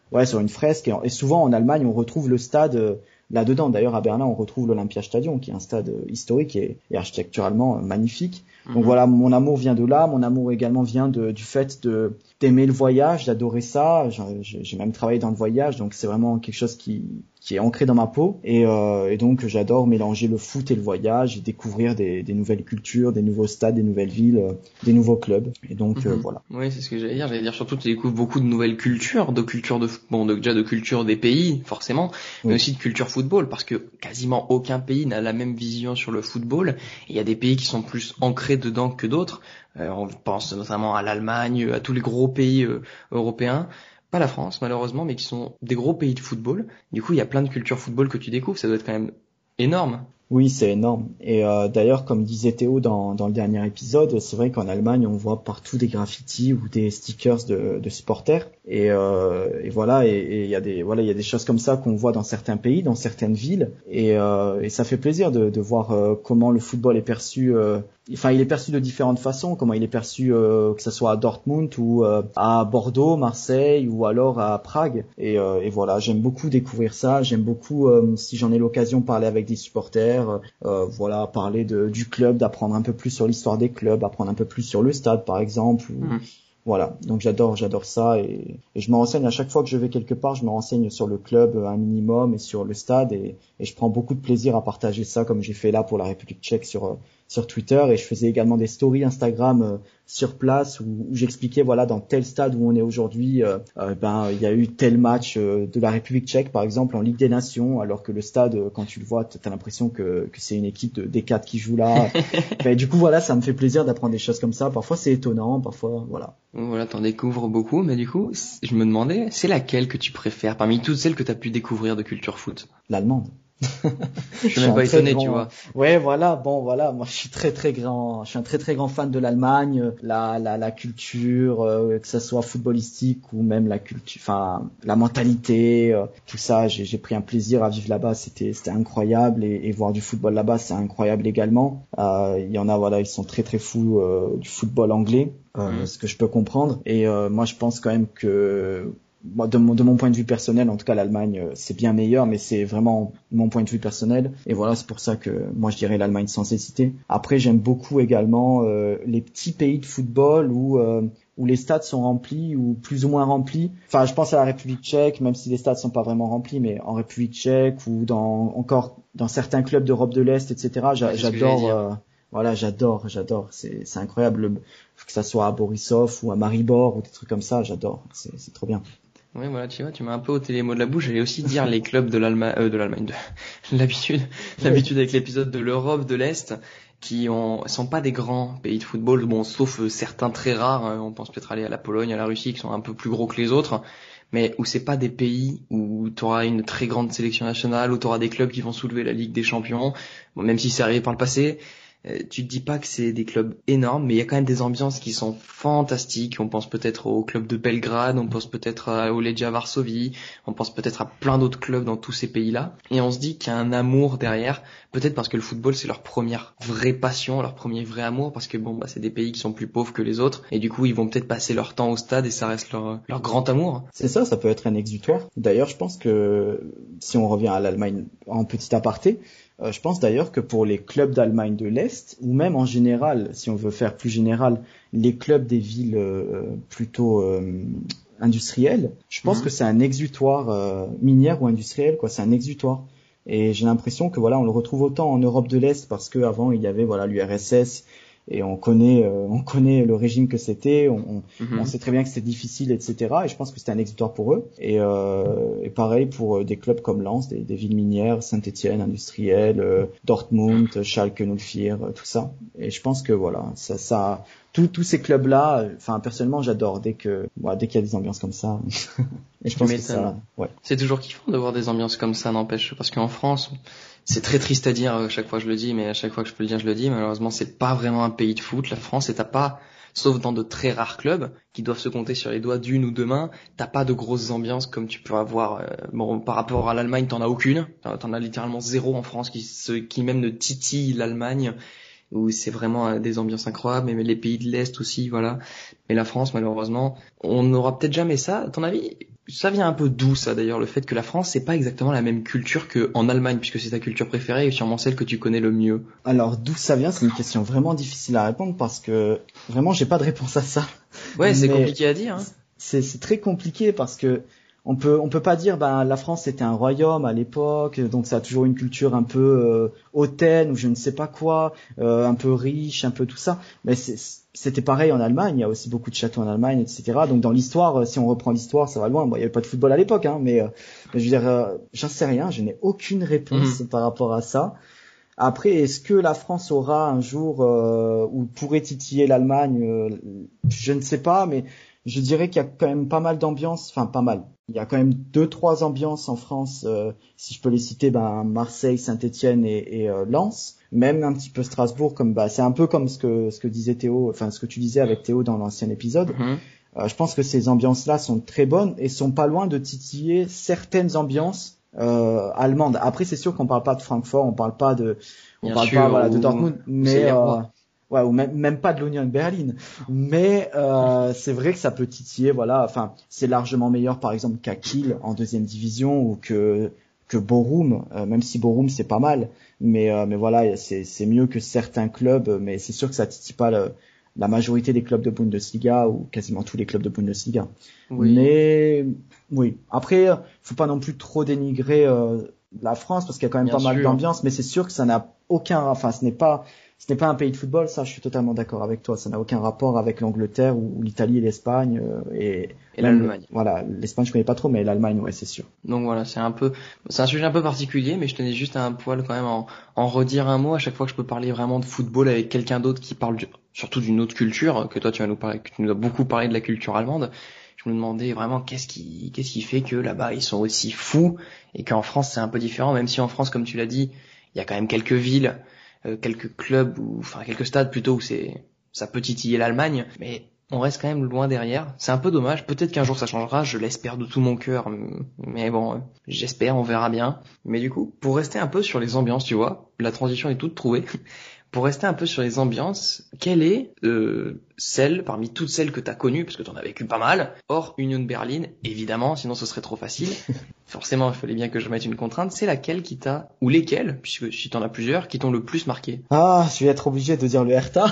ouais, sur une fresque. Et, et souvent en Allemagne, on retrouve le stade euh, là-dedans. D'ailleurs, à Berlin, on retrouve l'Olympiastadion, qui est un stade euh, historique et, et architecturalement euh, magnifique. Mm-hmm. Donc voilà, mon amour vient de là. Mon amour également vient de, du fait de d'aimer le voyage, d'adorer ça. J'ai, j'ai même travaillé dans le voyage, donc c'est vraiment quelque chose qui qui est ancré dans ma peau. Et, euh, et donc j'adore mélanger le foot et le voyage et découvrir des, des nouvelles cultures, des nouveaux stades, des nouvelles villes, euh, des nouveaux clubs. Et donc mm-hmm. euh, voilà. Oui, c'est ce que j'allais dire. J'allais dire surtout tu découvres beaucoup de nouvelles cultures, de culture de bon, de, déjà de culture des pays forcément, mais oui. aussi de culture football, parce que quasiment aucun pays n'a la même vision sur le football. Il y a des pays qui sont plus ancrés dedans que d'autres. Euh, on pense notamment à l'Allemagne, à tous les gros pays euh, européens. Pas la France malheureusement, mais qui sont des gros pays de football. Du coup, il y a plein de cultures football que tu découvres, ça doit être quand même énorme. Oui, c'est énorme. Et euh, d'ailleurs, comme disait Théo dans, dans le dernier épisode, c'est vrai qu'en Allemagne, on voit partout des graffitis ou des stickers de, de supporters. Et, euh, et voilà, et il y a des voilà, il y a des choses comme ça qu'on voit dans certains pays, dans certaines villes. Et, euh, et ça fait plaisir de, de voir euh, comment le football est perçu. Euh, Enfin, il est perçu de différentes façons, comment il est perçu euh, que ce soit à Dortmund ou euh, à Bordeaux, Marseille ou alors à Prague. Et, euh, et voilà, j'aime beaucoup découvrir ça. J'aime beaucoup, euh, si j'en ai l'occasion, parler avec des supporters. Euh, voilà, parler de, du club, d'apprendre un peu plus sur l'histoire des clubs, apprendre un peu plus sur le stade, par exemple. Ou, mmh. Voilà, donc j'adore, j'adore ça et, et je me renseigne à chaque fois que je vais quelque part, je me renseigne sur le club un minimum et sur le stade et, et je prends beaucoup de plaisir à partager ça comme j'ai fait là pour la République tchèque sur sur Twitter et je faisais également des stories Instagram euh, sur place où, où j'expliquais voilà dans tel stade où on est aujourd'hui, euh, euh, ben il y a eu tel match euh, de la République tchèque par exemple en Ligue des Nations alors que le stade euh, quand tu le vois t'as l'impression que que c'est une équipe de D quatre qui joue là. Ben, du coup voilà ça me fait plaisir d'apprendre des choses comme ça. Parfois c'est étonnant, parfois voilà. Voilà, t'en découvres beaucoup, mais du coup, je me demandais, c'est laquelle que tu préfères parmi toutes celles que t'as pu découvrir de culture foot? L'allemande. Je suis même pas étonné, grand... tu vois. Ouais, voilà, bon, voilà, moi je suis très très grand, je suis un très très grand fan de l'Allemagne, la la la culture, euh, que ça soit footballistique ou même la culture, enfin la mentalité, euh, tout ça, j'ai j'ai pris un plaisir à vivre là-bas, c'était c'était incroyable et, et voir du football là-bas, c'est incroyable également. Euh, il y en a, voilà, ils sont très très fous euh, du football anglais, euh, mmh. ce que je peux comprendre. Et euh, moi je pense quand même que De mon, de mon point de vue personnel, en tout cas, l'Allemagne, c'est bien meilleur, mais c'est vraiment mon point de vue personnel. Et voilà, c'est pour ça que moi, je dirais l'Allemagne sans hésiter. Après, j'aime beaucoup également euh, les petits pays de football où euh, où les stades sont remplis ou plus ou moins remplis. Enfin, je pense à la République tchèque, même si les stades sont pas vraiment remplis, mais en République tchèque ou dans encore dans certains clubs d'Europe de l'Est, et cetera. J'a, ouais, j'adore. Euh, voilà, j'adore, j'adore. C'est c'est incroyable, que ça soit à Borisov ou à Maribor ou des trucs comme ça. J'adore. C'est c'est trop bien. Oui, voilà, tu vois, tu m'as un peu ôté les mots de la bouche. J'allais aussi dire les clubs de l'Allemagne, euh, de l'Allemagne, de l'habitude, l'habitude avec l'épisode de l'Europe de l'Est, qui ont, sont pas des grands pays de football, bon, sauf euh, certains très rares. Hein, on pense peut-être aller à la Pologne, à la Russie, qui sont un peu plus gros que les autres, mais où c'est pas des pays où tu auras une très grande sélection nationale, où tu auras des clubs qui vont soulever la Ligue des Champions, bon, même si c'est arrivé par le passé. Tu te dis pas que c'est des clubs énormes, mais il y a quand même des ambiances qui sont fantastiques. On pense peut-être au club de Belgrade, on pense peut-être au Legia Varsovie, on pense peut-être à plein d'autres clubs dans tous ces pays-là. Et on se dit qu'il y a un amour derrière, peut-être parce que le football c'est leur première vraie passion, leur premier vrai amour, parce que bon bah c'est des pays qui sont plus pauvres que les autres, et du coup ils vont peut-être passer leur temps au stade et ça reste leur leur grand amour. C'est ça, ça peut être un exutoire. D'ailleurs, je pense que si on revient à l'Allemagne en petit aparté, Euh, je pense d'ailleurs que pour les clubs d'Allemagne de l'Est, ou même en général, si on veut faire plus général, les clubs des villes euh, plutôt euh, industrielles, je pense mmh. que c'est un exutoire euh, minière ou industriel, quoi. C'est un exutoire. Et j'ai l'impression que voilà, on le retrouve autant en Europe de l'Est parce que avant il y avait voilà l'U R S S. Et on connaît, euh, on connaît le régime que c'était. On, on, mm-hmm. on sait très bien que c'était difficile, et cetera. Et je pense que c'était un exutoire pour eux. Et, euh, et pareil pour des clubs comme Lens, des, des villes minières, Saint-Étienne, industriel, euh, Dortmund, Schalke null vier, tout ça. Et je pense que voilà, ça, ça, tous tous ces clubs-là. Enfin, personnellement, j'adore dès que, voilà, dès qu'il y a des ambiances comme ça. Et je pense que ça, ouais. C'est toujours kiffant de voir des ambiances comme ça, n'empêche, parce qu'en France. C'est très triste à dire, à chaque fois je le dis, mais à chaque fois que je peux le dire, je le dis. Malheureusement, c'est pas vraiment un pays de foot, la France, et t'as pas, sauf dans de très rares clubs, qui doivent se compter sur les doigts d'une ou deux mains, t'as pas de grosses ambiances comme tu peux avoir, euh, bon, par rapport à l'Allemagne, t'en as aucune. T'en as littéralement zéro en France qui se, qui même ne titille l'Allemagne, où c'est vraiment des ambiances incroyables, mais les pays de l'Est aussi, voilà. Mais la France, malheureusement, on n'aura peut-être jamais ça. À ton avis, Ça vient un peu d'où ça d'ailleurs, le fait que la France c'est pas exactement la même culture qu'en Allemagne, puisque c'est ta culture préférée et sûrement celle que tu connais le mieux. Alors d'où ça vient, c'est une question vraiment difficile à répondre parce que vraiment j'ai pas de réponse à ça. Ouais, c'est compliqué à dire. Hein. C'est, c'est très compliqué parce que on peut on peut pas dire ben la France c'était un royaume à l'époque, donc ça a toujours une culture un peu euh, hautaine ou je ne sais pas quoi, euh, un peu riche, un peu tout ça. Mais c'est, c'était pareil en Allemagne, il y a aussi beaucoup de châteaux en Allemagne, et cetera. Donc dans l'histoire, si on reprend l'histoire, ça va loin. Bon, il y avait pas de football à l'époque, hein, mais, euh, mais je veux dire, euh, j'en sais rien, je n'ai aucune réponse mmh. par rapport à ça. Après, est-ce que la France aura un jour euh, où pourrait titiller l'Allemagne euh, je ne sais pas, mais je dirais qu'il y a quand même pas mal d'ambiance, enfin pas mal. Il y a quand même deux, trois ambiances en France, euh, si je peux les citer, ben Marseille, Saint-Étienne et, et euh, Lens, même un petit peu Strasbourg, comme bah c'est un peu comme ce que ce que disait Théo, enfin ce que tu disais avec Théo dans l'ancien épisode. Mm-hmm. Euh, je pense que ces ambiances-là sont très bonnes et sont pas loin de titiller certaines ambiances euh, allemandes. Après, c'est sûr qu'on parle pas de Francfort, on parle pas de, on Bien parle sûr, pas voilà de ou... Dortmund, mais euh, ouais, ou même, même pas de l'Union Berlin, mais euh, c'est vrai que ça peut titiller, voilà. Enfin, c'est largement meilleur, par exemple, qu'à Kiel en deuxième division ou que que Bochum, euh, même si Bochum c'est pas mal, mais euh, mais voilà, c'est c'est mieux que certains clubs, mais c'est sûr que ça titille pas le, la majorité des clubs de Bundesliga ou quasiment tous les clubs de Bundesliga. Oui. Mais oui, après, faut pas non plus trop dénigrer euh, la France parce qu'il y a quand même Bien pas sûr. mal d'ambiance, mais c'est sûr que ça n'a aucun, enfin, ce n'est pas Ce n'est pas un pays de football, ça je suis totalement d'accord avec toi, ça n'a aucun rapport avec l'Angleterre ou, ou l'Italie et l'Espagne euh, et, et l'Allemagne. Voilà, l'Espagne je connais pas trop mais l'Allemagne ouais, c'est sûr. Donc voilà, c'est un peu c'est un sujet un peu particulier mais je tenais juste à un poil quand même en, en redire un mot à chaque fois que je peux parler vraiment de football avec quelqu'un d'autre qui parle du, surtout d'une autre culture que toi tu vas nous parler que tu nous as beaucoup parlé de la culture allemande. Je me demandais vraiment qu'est-ce qui qu'est-ce qui fait que là-bas ils sont aussi fous et qu'en France c'est un peu différent, même si en France comme tu l'as dit, il y a quand même quelques villes quelques clubs ou enfin quelques stades plutôt où c'est ça peut titiller l'Allemagne, mais on reste quand même loin derrière. C'est un peu dommage. Peut-être qu'un jour ça changera, je l'espère de tout mon cœur, mais bon, j'espère, on verra bien. Mais du coup, pour rester un peu sur les ambiances, tu vois, la transition est toute trouvée. Pour rester un peu sur les ambiances, quelle est euh, celle, parmi toutes celles que tu as connues, parce que tu en as vécu pas mal, hors Union Berlin, évidemment, sinon ce serait trop facile. Forcément, il fallait bien que je mette une contrainte. C'est laquelle qui t'a, ou lesquelles, puisque si t'en as plusieurs, qui t'ont le plus marqué? Ah, je vais être obligé de dire le Hertha.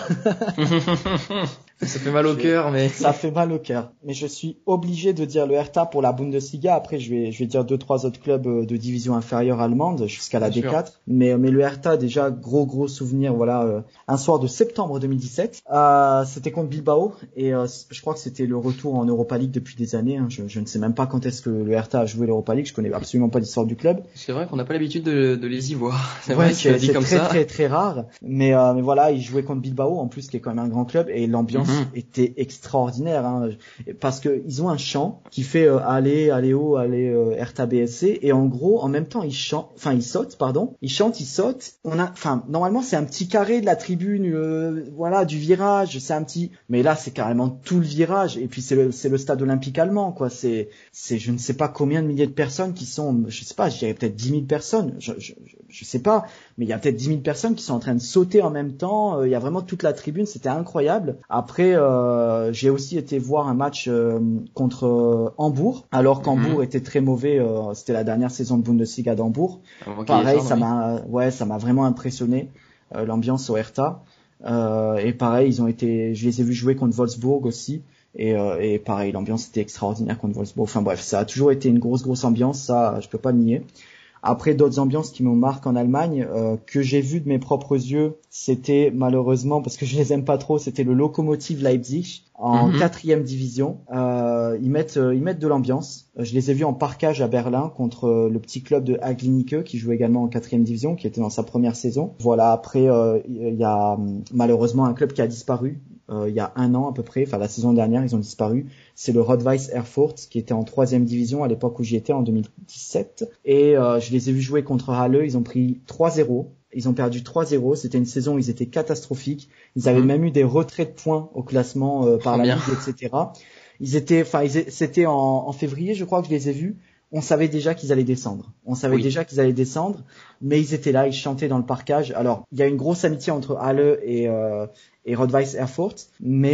Ça fait mal au cœur, mais... Ça fait mal au cœur. Mais je suis obligé de dire le Hertha pour la Bundesliga. Après, je vais, je vais dire deux, trois autres clubs de division inférieure allemande jusqu'à la Bien D quatre. Sûr. Mais, mais le Hertha, déjà, gros, gros souvenir. Voilà, euh, un soir de septembre deux mille dix-sept. Euh, c'était contre Bilbao. Et euh, je crois que c'était le retour en Europa League depuis des années. Hein. Je, je ne sais même pas quand est-ce que le Hertha a joué l'Europa League. Je connais absolument pas l'histoire du club. C'est vrai qu'on n'a pas l'habitude de, de les y voir. C'est ouais, vrai que c'est, dit c'est comme très, ça. très, très, très rare. Mais, euh, mais voilà, ils jouaient contre Bilbao, en plus, qui est quand même un grand club. Et l'ambiance mm-hmm. était extraordinaire, hein, parce que ils ont un chant qui fait euh, allez, allez haut, allez euh, Hertha B S C, et en gros, en même temps, ils chantent, enfin ils sautent, pardon, ils chantent, ils sautent. On a, enfin normalement c'est un petit carré de la tribune, euh, voilà, du virage, c'est un petit, mais là c'est carrément tout le virage, et puis c'est le, c'est le stade olympique allemand, quoi. C'est, c'est, je ne sais pas combien de milliers de personnes qui sont, je sais pas, je dirais peut-être dix mille personnes, je, je, je, je sais pas, mais il y a peut-être dix mille personnes qui sont en train de sauter en même temps. Il y a vraiment toute la tribune, c'était incroyable. Après. Euh, Euh, j'ai aussi été voir un match euh, contre euh, Hambourg, alors qu'Hambourg mmh. était très mauvais. Euh, c'était la dernière saison de Bundesliga d'Hambourg. Okay, pareil, ça, ça m'a, ouais, ça m'a vraiment impressionné euh, l'ambiance au Hertha. Euh, et pareil, ils ont été, je les ai vus jouer contre Wolfsburg aussi. Et, euh, et pareil, l'ambiance était extraordinaire contre Wolfsburg. Enfin bref, ça a toujours été une grosse grosse ambiance, ça, je peux pas le nier. Après, d'autres ambiances qui me marquent en Allemagne, euh, que j'ai vu de mes propres yeux, c'était malheureusement, parce que je les aime pas trop, c'était le Lokomotiv Leipzig en mm-hmm. quatrième division. Euh, ils mettent, euh, ils mettent de l'ambiance. Je les ai vus en parkage à Berlin contre euh, le petit club de Haglinike qui jouait également en quatrième division, qui était dans sa première saison. Voilà. Après, euh, il y a malheureusement un club qui a disparu. Euh, il y a un an à peu près, enfin la saison dernière, ils ont disparu. C'est le Rot-Weiss Erfurt qui était en troisième division à l'époque où j'y étais en deux mille dix-sept. Et euh, je les ai vus jouer contre Halle. Ils ont pris trois zéro. Ils ont perdu trois zéro. C'était une saison où ils étaient catastrophiques. Ils avaient mmh. même eu des retraits de points au classement euh, par oh, la bien. Ligue, et cetera. Ils étaient, enfin, ils, c'était en, en février, je crois que je les ai vus. On savait déjà qu'ils allaient descendre. On savait oui. déjà qu'ils allaient descendre, mais ils étaient là, ils chantaient dans le parkage. Alors, il y a une grosse amitié entre Halle et euh, et Rot-Weiss Erfurt, mais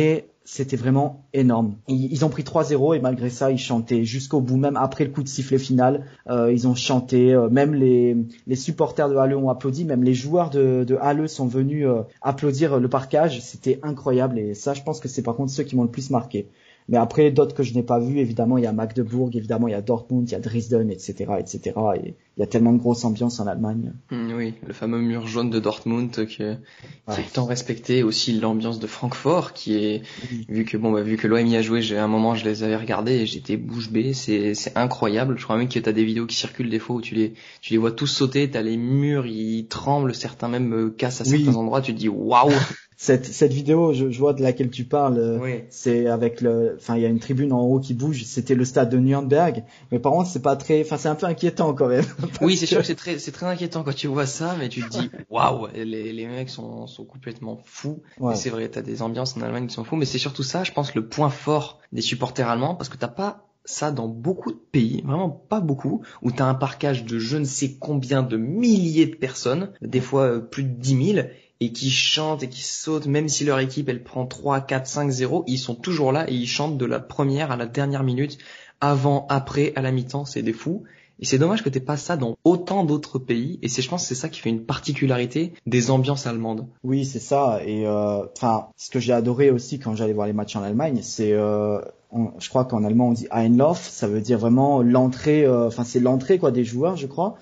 c'était vraiment énorme. Ils, ils ont pris trois zéro et malgré ça, ils chantaient jusqu'au bout, même après le coup de sifflet final. Euh, ils ont chanté, euh, même les, les supporters de Halle ont applaudi, même les joueurs de, de Halle sont venus euh, applaudir le parquage. C'était incroyable et ça, je pense que c'est par contre ceux qui m'ont le plus marqué. Mais après, d'autres que je n'ai pas vus, évidemment, il y a Magdebourg, évidemment, il y a Dortmund, il y a Dresden, et cetera, et cetera. Et il y a tellement de grosse ambiance en Allemagne. Mmh, oui, le fameux mur jaune de Dortmund que, qui ouais. est tant respecté. Aussi l'ambiance de Francfort, qui est, oui. vu que bon, bah, vu que l'O M y a joué, j'ai un moment, je les avais regardés et j'étais bouche bée. C'est, c'est incroyable. Je crois même que t'as des vidéos qui circulent des fois où tu les, tu les vois tous sauter. T'as les murs, ils tremblent, certains même euh, cassent à certains oui. endroits. Tu te dis waouh. Cette, cette vidéo, je, je vois de laquelle tu parles, oui. c'est avec le, enfin, il y a une tribune en haut qui bouge, c'était le stade de Nuremberg, mais par contre, c'est pas très, enfin, c'est un peu inquiétant quand même. Oui, c'est que... sûr que c'est très, c'est très inquiétant quand tu vois ça, mais tu te dis, waouh, les, les mecs sont, sont complètement fous. Ouais. Et c'est vrai, t'as des ambiances en Allemagne qui sont fous, mais c'est surtout ça, je pense, le point fort des supporters allemands, parce que t'as pas ça dans beaucoup de pays, vraiment pas beaucoup, où t'as un parquage de je ne sais combien de milliers de personnes, des fois plus de dix mille, et qui chantent et qui sautent, même si leur équipe elle prend trois, quatre, cinq, zéro, ils sont toujours là et ils chantent de la première à la dernière minute, avant, après, à la mi-temps, c'est des fous. Et c'est dommage que t'aies pas ça dans autant d'autres pays, et c'est, je pense, que c'est ça qui fait une particularité des ambiances allemandes. Oui, c'est ça, et enfin, euh, ce que j'ai adoré aussi quand j'allais voir les matchs en Allemagne, c'est, euh, on, je crois qu'en allemand on dit Einlauf, ça veut dire vraiment l'entrée, enfin euh, c'est l'entrée quoi des joueurs, je crois.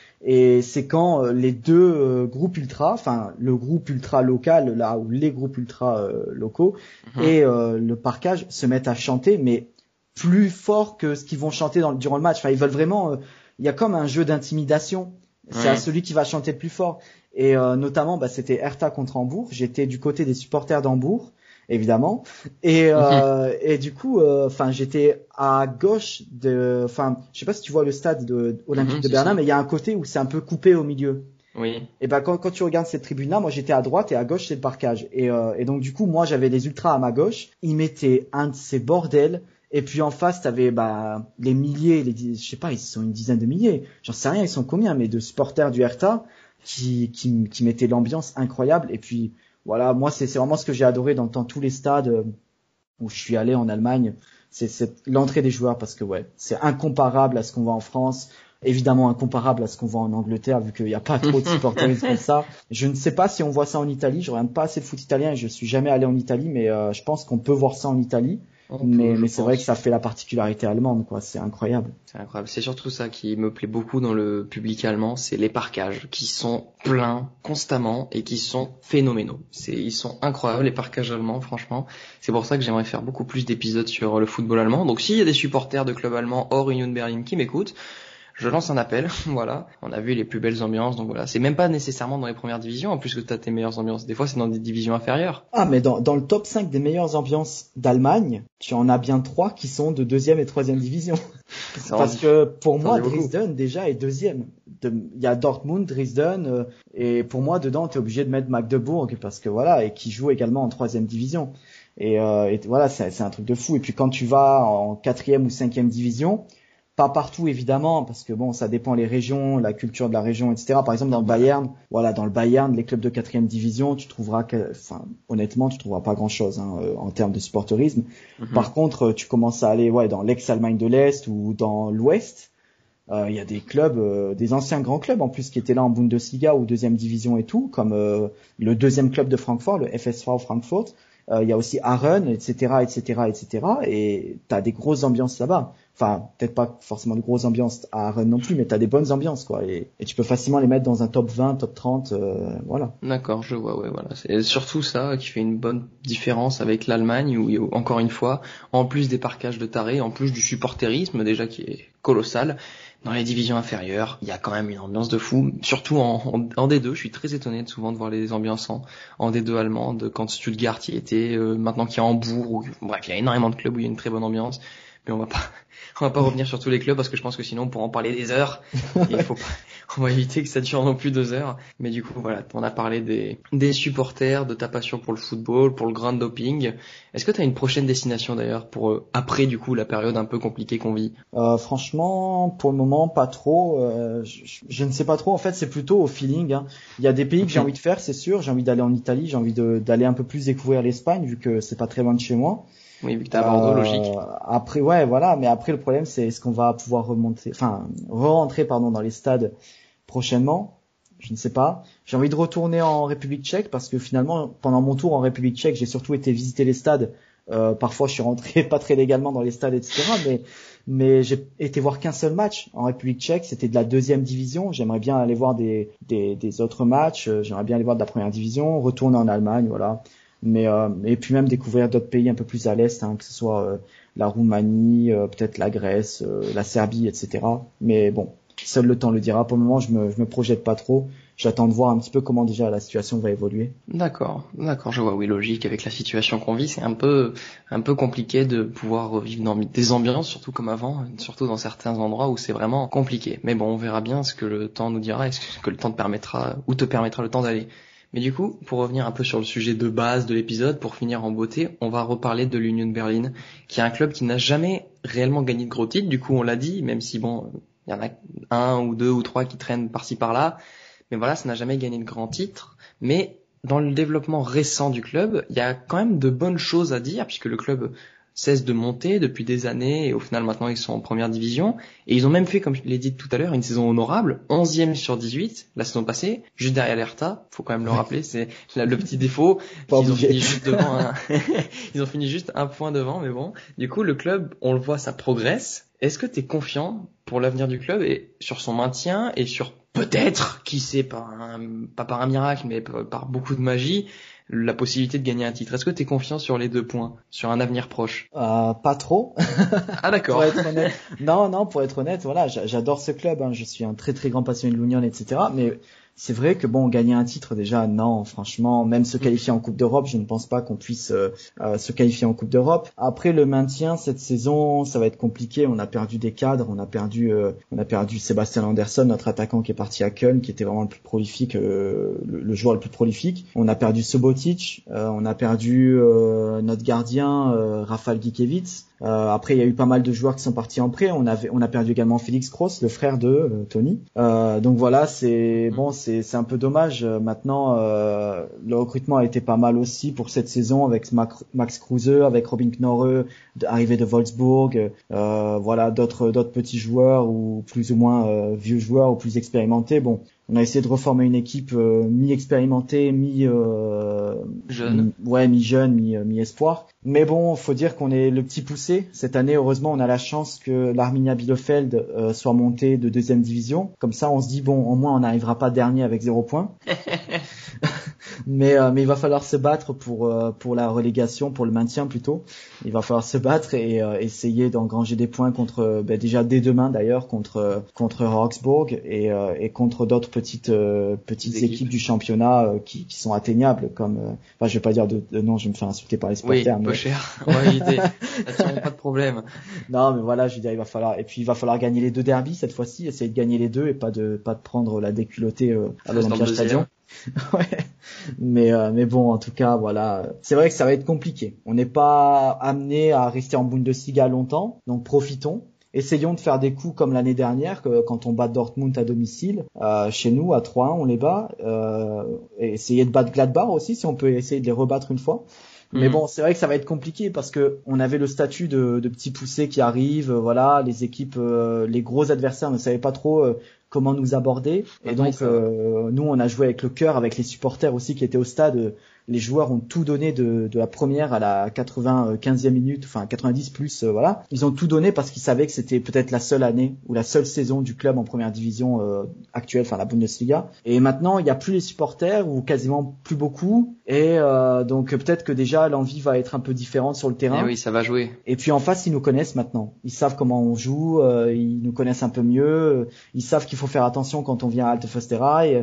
Et c'est quand euh, les deux euh, groupes ultra, enfin le groupe ultra local là ou les groupes ultra euh, locaux mmh. et euh, le parquage se mettent à chanter, mais plus fort que ce qu'ils vont chanter dans, durant le match. Enfin, ils veulent vraiment. Il euh, y a comme un jeu d'intimidation. C'est mmh. à celui qui va chanter le plus fort. Et euh, notamment, bah, c'était Hertha contre Hambourg. J'étais du côté des supporters d'Hambourg, évidemment. Et euh, mmh. et du coup, enfin, euh, j'étais à gauche de. Enfin, je sais pas si tu vois le stade de, olympique mmh, de Berlin, mais il y a un côté où c'est un peu coupé au milieu. Oui. Et ben quand, quand tu regardes cette tribune-là, moi j'étais à droite et à gauche c'est le parquage. Et, euh, et donc du coup, moi j'avais les ultras à ma gauche. Ils mettaient un de ces bordels. Et puis en face, t'avais bah les milliers, les, je sais pas, ils sont une dizaine de milliers. J'en sais rien, ils sont combien, mais de supporters du Hertha qui qui qui mettaient l'ambiance incroyable. Et puis voilà, moi c'est c'est vraiment ce que j'ai adoré dans, dans tous les stades où je suis allé en Allemagne. C'est, c'est l'entrée des joueurs parce que ouais, c'est incomparable à ce qu'on voit en France. Évidemment incomparable à ce qu'on voit en Angleterre vu qu'il n'y a pas trop de supporters comme ça. Je ne sais pas si on voit ça en Italie. Je regarde pas assez de foot italien et je suis jamais allé en Italie, mais euh, je pense qu'on peut voir ça en Italie. On mais peut, mais c'est pense. Vrai que ça fait la particularité allemande, quoi. C'est incroyable. C'est incroyable. C'est surtout ça qui me plaît beaucoup dans le public allemand, c'est les parquages qui sont pleins constamment et qui sont phénoménaux. C'est, ils sont incroyables les parquages allemands, franchement. C'est pour ça que j'aimerais faire beaucoup plus d'épisodes sur le football allemand. Donc s'il y a des supporters de clubs allemands hors Union Berlin qui m'écoutent, je lance un appel, voilà. On a vu les plus belles ambiances, donc voilà. C'est même pas nécessairement dans les premières divisions, en plus que t'as tes meilleures ambiances. Des fois, c'est dans des divisions inférieures. Ah, mais dans, dans le top cinq des meilleures ambiances d'Allemagne, tu en as bien trois qui sont de deuxième et troisième division. Parce que pour moi, Dresden, déjà, est deuxième. Il y a Dortmund, Dresden, euh, et pour moi, dedans, t'es obligé de mettre Magdebourg, parce que voilà, et qui joue également en troisième division. Et, euh, et voilà, c'est, c'est un truc de fou. Et puis quand tu vas en quatrième ou cinquième division, pas partout évidemment, parce que bon, ça dépend les régions, la culture de la région, et cetera. Par exemple, dans le Bayern, voilà, dans le Bayern, les clubs de quatrième division, tu trouveras que, enfin, honnêtement, tu trouveras pas grand-chose hein, en termes de supporterisme. Mm-hmm. Par contre, tu commences à aller, ouais, dans l'ex-Allemagne de l'Est ou dans l'Ouest, il euh, y a des clubs, euh, des anciens grands clubs en plus qui étaient là en Bundesliga ou deuxième division et tout, comme euh, le deuxième club de Francfort, le F S V Frankfurt. Il euh, y a aussi Aachen, et cetera, et cetera, et cetera. Et t'as des grosses ambiances là-bas. Enfin, peut-être pas forcément de grosses ambiances à Aachen non plus, mais t'as des bonnes ambiances, quoi. Et, et tu peux facilement les mettre dans un top vingt, top trente, euh, voilà. D'accord, je vois, ouais, voilà. C'est surtout ça qui fait une bonne différence avec l'Allemagne, où, encore une fois, en plus des parquages de tarés, en plus du supporterisme, déjà qui est colossal, dans les divisions inférieures, il y a quand même une ambiance de fou, surtout en, en, en D deux. Je suis très étonné de souvent de voir les ambiances en, en D deux allemande, quand Stuttgart y était, euh, maintenant qu'il y a Hambourg, où, bref, il y a énormément de clubs où il y a une très bonne ambiance. Mais on va pas, on va pas revenir sur tous les clubs parce que je pense que sinon on pourra en parler des heures. Il faut pas, on va éviter que ça dure non plus deux heures. Mais du coup, voilà, on a parlé des, des supporters, de ta passion pour le football, pour le ground doping. Est-ce que tu as une prochaine destination d'ailleurs pour euh, après du coup la période un peu compliquée qu'on vit? Euh, franchement, pour le moment, pas trop. Euh, je, je ne sais pas trop. En fait, c'est plutôt au feeling. Hein. Il y a des pays que j'ai envie de faire, c'est sûr. J'ai envie d'aller en Italie, j'ai envie de, d'aller un peu plus découvrir l'Espagne, vu que c'est pas très loin de chez moi. Oui, vu que t'es à Bordeaux, euh, logique. Après, ouais, voilà. Mais après, le problème, c'est est-ce qu'on va pouvoir remonter, enfin, re-rentrer, pardon, dans les stades prochainement. Je ne sais pas. J'ai envie de retourner en République tchèque parce que finalement, pendant mon tour en République tchèque, j'ai surtout été visiter les stades. Euh, parfois, je suis rentré pas très légalement dans les stades, et cetera. Mais, mais j'ai été voir qu'un seul match en République tchèque. C'était de la deuxième division. J'aimerais bien aller voir des, des, des autres matchs. J'aimerais bien aller voir de la première division, retourner en Allemagne, voilà. Mais euh, et puis même découvrir d'autres pays un peu plus à l'est, hein, que ce soit euh, la Roumanie, euh, peut-être la Grèce, euh, la Serbie, et cetera. Mais bon, seul le temps le dira. Pour le moment, je me, je me projette pas trop. J'attends de voir un petit peu comment déjà la situation va évoluer. D'accord, d'accord, je vois, oui, logique. Avec la situation qu'on vit, c'est un peu, un peu compliqué de pouvoir vivre dans des ambiances, surtout comme avant, surtout dans certains endroits où c'est vraiment compliqué. Mais bon, on verra bien ce que le temps nous dira, est-ce que le temps te permettra, ou te permettra le temps d'aller. Mais du coup, pour revenir un peu sur le sujet de base de l'épisode, pour finir en beauté, on va reparler de l'Union Berlin, qui est un club qui n'a jamais réellement gagné de gros titres. Du coup, on l'a dit, même si bon, il y en a un ou deux ou trois qui traînent par-ci par-là. Mais voilà, ça n'a jamais gagné de grands titres. Mais dans le développement récent du club, il y a quand même de bonnes choses à dire, puisque le club cesse de monter depuis des années, et au final maintenant ils sont en première division. Et ils ont même fait, comme je l'ai dit tout à l'heure, une saison honorable, onzième sur dix-huit, la saison passée, juste derrière l'Hertha, faut quand même le rappeler, c'est le petit défaut. Ils ont fini juste devant un... ils ont fini juste un point devant, mais bon. Du coup, le club, on le voit, ça progresse. Est-ce que tu es confiant pour l'avenir du club et sur son maintien et sur peut-être, qui sait, par un, pas par un miracle, mais par beaucoup de magie, la possibilité de gagner un titre? Est-ce que tu es confiant sur les deux points, sur un avenir proche? euh, Pas trop. Ah d'accord. Pour être honnête. Non, non, pour être honnête, voilà, j'adore ce club, hein, je suis un très très grand passionné de l'Union, et cetera. Mais c'est vrai que bon, gagner un titre déjà, non, franchement, même se qualifier en Coupe d'Europe, je ne pense pas qu'on puisse euh, euh, se qualifier en Coupe d'Europe. Après le maintien cette saison, ça va être compliqué. On a perdu des cadres, on a perdu, euh, on a perdu Sébastien Andersson, notre attaquant qui est parti à Köln, qui était vraiment le plus prolifique, euh, le, le joueur le plus prolifique. On a perdu Subotic, euh, on a perdu euh, notre gardien euh, Rafal Gikiewicz. Euh, après, il y a eu pas mal de joueurs qui sont partis en prêt. On avait, on a perdu également Félix Kroos, le frère de euh, Tony. Euh, donc voilà, c'est bon, c'est, c'est un peu dommage. Maintenant, euh, le recrutement a été pas mal aussi pour cette saison avec Max, Max Kruse, avec Robin Knorre, arrivé de Wolfsburg. Euh, voilà, d'autres, d'autres petits joueurs ou plus ou moins euh, vieux joueurs ou plus expérimentés. Bon. On a essayé de reformer une équipe euh, mi-expérimentée, mi euh, jeune, mi, ouais, mi-jeune, mi, mi-espoir. Mais bon, faut dire qu'on est le petit poussé. Cette année, heureusement, on a la chance que l'Arminia Bielefeld euh, soit montée de deuxième division. Comme ça, on se dit bon, au moins, on n'arrivera pas dernier avec zéro point. mais euh, mais il va falloir se battre pour euh, pour la relégation, pour le maintien plutôt. Il va falloir se battre et euh, essayer d'engranger des points contre ben, déjà dès demain d'ailleurs contre contre Augsburg et euh, et contre d'autres petites euh, petites équipes. équipes du championnat euh, qui qui sont atteignables comme euh, enfin je vais pas dire de, de non, je vais me faire insulter par les supporters. Oui, mais... peu cher. On va éviter. Là-dessus, pas de problème. Non, mais voilà, je veux dire, il va falloir et puis il va falloir gagner les deux derbies cette fois-ci, essayer de gagner les deux et pas de pas de prendre la déculottée euh, à l'Olympia Stadium. Ouais, mais euh, mais bon, en tout cas, voilà, c'est vrai que ça va être compliqué. On n'est pas amené à rester en Bundesliga longtemps, donc profitons. Essayons de faire des coups comme l'année dernière, que quand on bat Dortmund à domicile, euh, chez nous à trois un, on les bat. Euh, et essayer de battre Gladbach aussi, si on peut essayer de les rebattre une fois. Mais bon, c'est vrai que ça va être compliqué parce que on avait le statut de, de petit poussé qui arrive, euh, voilà, les équipes, euh, les gros adversaires ne savaient pas trop euh, comment nous aborder. Et donc, euh, nous, on a joué avec le cœur, avec les supporters aussi qui étaient au stade. Les joueurs ont tout donné de, de la première à la quatre-vingt-quinzième minute, enfin quatre-vingt-dix plus, euh, voilà. Ils ont tout donné parce qu'ils savaient que c'était peut-être la seule année ou la seule saison du club en première division euh, actuelle, enfin la Bundesliga. Et maintenant, il n'y a plus les supporters ou quasiment plus beaucoup. Et euh, donc peut-être que déjà l'envie va être un peu différente sur le terrain. Et oui, ça va jouer. Et puis en face, ils nous connaissent maintenant. Ils savent comment on joue, euh, ils nous connaissent un peu mieux. Ils savent qu'il faut faire attention quand on vient à Alte Försterei.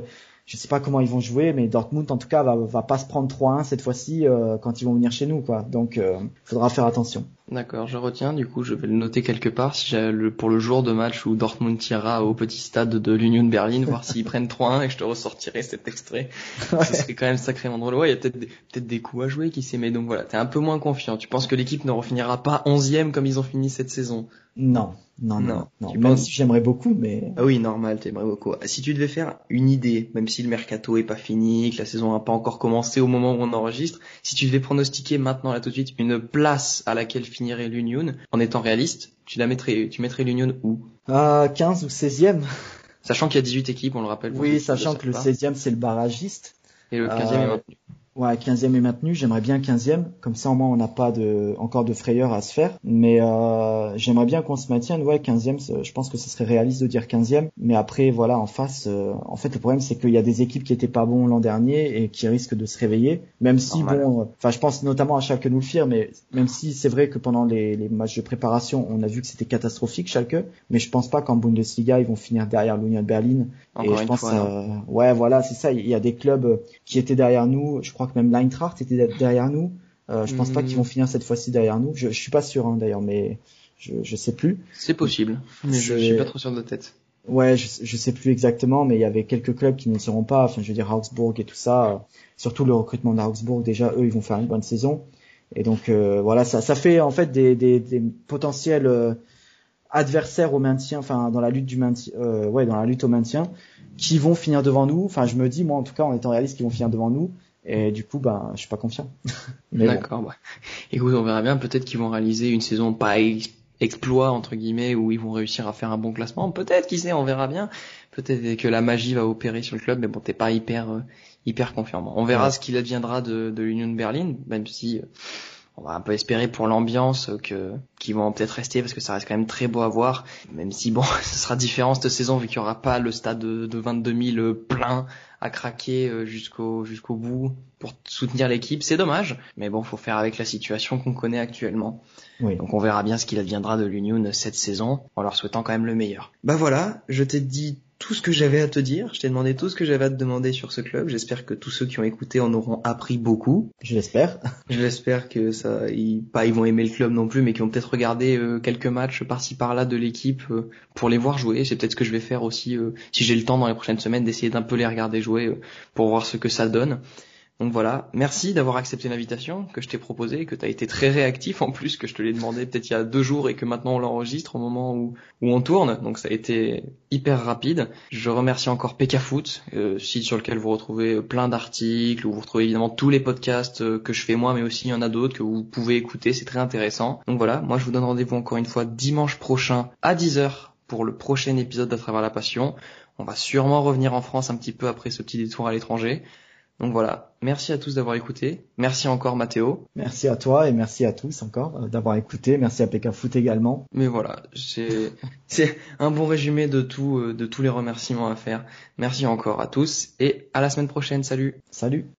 je sais pas comment ils vont jouer, mais Dortmund en tout cas va, va pas se prendre trois un cette fois-ci euh, quand ils vont venir chez nous, quoi. Donc, euh, faudra faire attention. D'accord, je retiens. Du coup, je vais le noter quelque part si j'ai le, pour le jour de match où Dortmund ira au petit stade de l'Union Berlin, voir s'ils prennent trois un et je te ressortirai cet extrait. Ouais. Ce serait quand même sacrément drôle. Ouais, il y a peut-être des, peut-être des coups à jouer qui s'aimaient. Donc voilà, t'es un peu moins confiant. Tu penses que l'équipe ne refinira pas onzième comme ils ont fini cette saison? Non, non, non, non. non. Même penses... si j'aimerais beaucoup, mais... Ah oui, normal, t'aimerais beaucoup. Si tu devais faire une idée, même si le mercato est pas fini, que la saison n'a pas encore commencé au moment où on enregistre, si tu devais pronostiquer maintenant, là tout de suite, une place à laquelle finirait l'Union, en étant réaliste, tu la mettrais, tu mettrais l'Union où? Euh, quinze ou seizième. Sachant qu'il y a dix-huit équipes, on le rappelle. Oui, sachant que le seizième c'est le barragiste. Et le quinzième euh... est maintenu. Ouais, quinzième est maintenu, j'aimerais bien quinzième, comme ça au moins on n'a pas de encore de frayeur à se faire, mais euh, j'aimerais bien qu'on se maintienne, ouais, quinzième, je pense que ce serait réaliste de dire quinzième, mais après voilà, en face, euh, en fait le problème c'est qu'il y a des équipes qui étaient pas bons l'an dernier et qui risquent de se réveiller, même si Normal. bon, enfin euh, je pense notamment à Schalke null vier, mais même si c'est vrai que pendant les, les matchs de préparation on a vu que c'était catastrophique Schalke, mais je pense pas qu'en Bundesliga ils vont finir derrière l'Union Berlin. Encore et je une pense fois, euh, ouais voilà c'est ça, il y a des clubs qui étaient derrière nous, je crois que même l'Eintracht était derrière nous. Euh, je pense mmh. pas qu'ils vont finir cette fois-ci derrière nous. Je, je suis pas sûr hein, d'ailleurs, mais je, je sais plus. C'est possible, mais je, je suis pas trop sûr de tête. Ouais, je, je sais plus exactement, mais il y avait quelques clubs qui ne seront pas. Enfin, je veux dire Augsburg et tout ça. Euh, surtout le recrutement d'Augsburg, déjà eux, ils vont faire une bonne saison. Et donc euh, voilà, ça, ça fait en fait des, des, des potentiels euh, adversaires au maintien, enfin dans la lutte du maintien, euh, ouais, dans la lutte au maintien, qui vont finir devant nous. Enfin, je me dis moi en tout cas en étant réaliste, qu'ils vont finir devant nous. Et du coup, ben, je suis pas confiant. Mais D'accord. Bon. Bah. Écoute, on verra bien. Peut-être qu'ils vont réaliser une saison pas exploit entre guillemets, où ils vont réussir à faire un bon classement. Peut-être, qui sait, on verra bien. Peut-être que la magie va opérer sur le club, mais bon, t'es pas hyper, euh, hyper confiant. Bon, on verra ouais. ce qu'il adviendra de, de l'Union Berlin, même si euh, on va un peu espérer pour l'ambiance que qu'ils vont peut-être rester, parce que ça reste quand même très beau à voir. Même si bon, ce sera différent cette saison vu qu'il y aura pas le stade de, de vingt-deux mille plein à craquer jusqu'au jusqu'au bout pour soutenir l'équipe, c'est dommage, mais bon, faut faire avec la situation qu'on connaît actuellement. Oui. Donc on verra bien ce qu'il adviendra de l'Union cette saison, en leur souhaitant quand même le meilleur. Bah voilà, je t'ai dit tout ce que j'avais à te dire, je t'ai demandé tout ce que j'avais à te demander sur ce club. J'espère que tous ceux qui ont écouté en auront appris beaucoup. Je l'espère. Je l'espère que ça, ils, pas ils vont aimer le club non plus, mais qui ont peut-être regardé euh, quelques matchs par-ci par-là de l'équipe euh, pour les voir jouer. C'est peut-être ce que je vais faire aussi, euh, si j'ai le temps dans les prochaines semaines, d'essayer d'un peu les regarder jouer euh, pour voir ce que ça donne. Donc voilà, merci d'avoir accepté l'invitation que je t'ai proposée, que tu as été très réactif en plus, que je te l'ai demandé peut-être il y a deux jours et que maintenant on l'enregistre au moment où, où on tourne, donc ça a été hyper rapide. Je remercie encore P K Foot, euh, site sur lequel vous retrouvez plein d'articles, où vous retrouvez évidemment tous les podcasts que je fais moi, mais aussi il y en a d'autres que vous pouvez écouter, c'est très intéressant. Donc voilà, moi je vous donne rendez-vous encore une fois dimanche prochain à dix heures pour le prochain épisode d'À travers la passion. On va sûrement revenir en France un petit peu après ce petit détour à l'étranger. Donc voilà, merci à tous d'avoir écouté. Merci encore Mathéo. Merci à toi et merci à tous encore d'avoir écouté. Merci à P K Foot également. Mais voilà, c'est c'est un bon résumé de tout de tous les remerciements à faire. Merci encore à tous et à la semaine prochaine. Salut. Salut.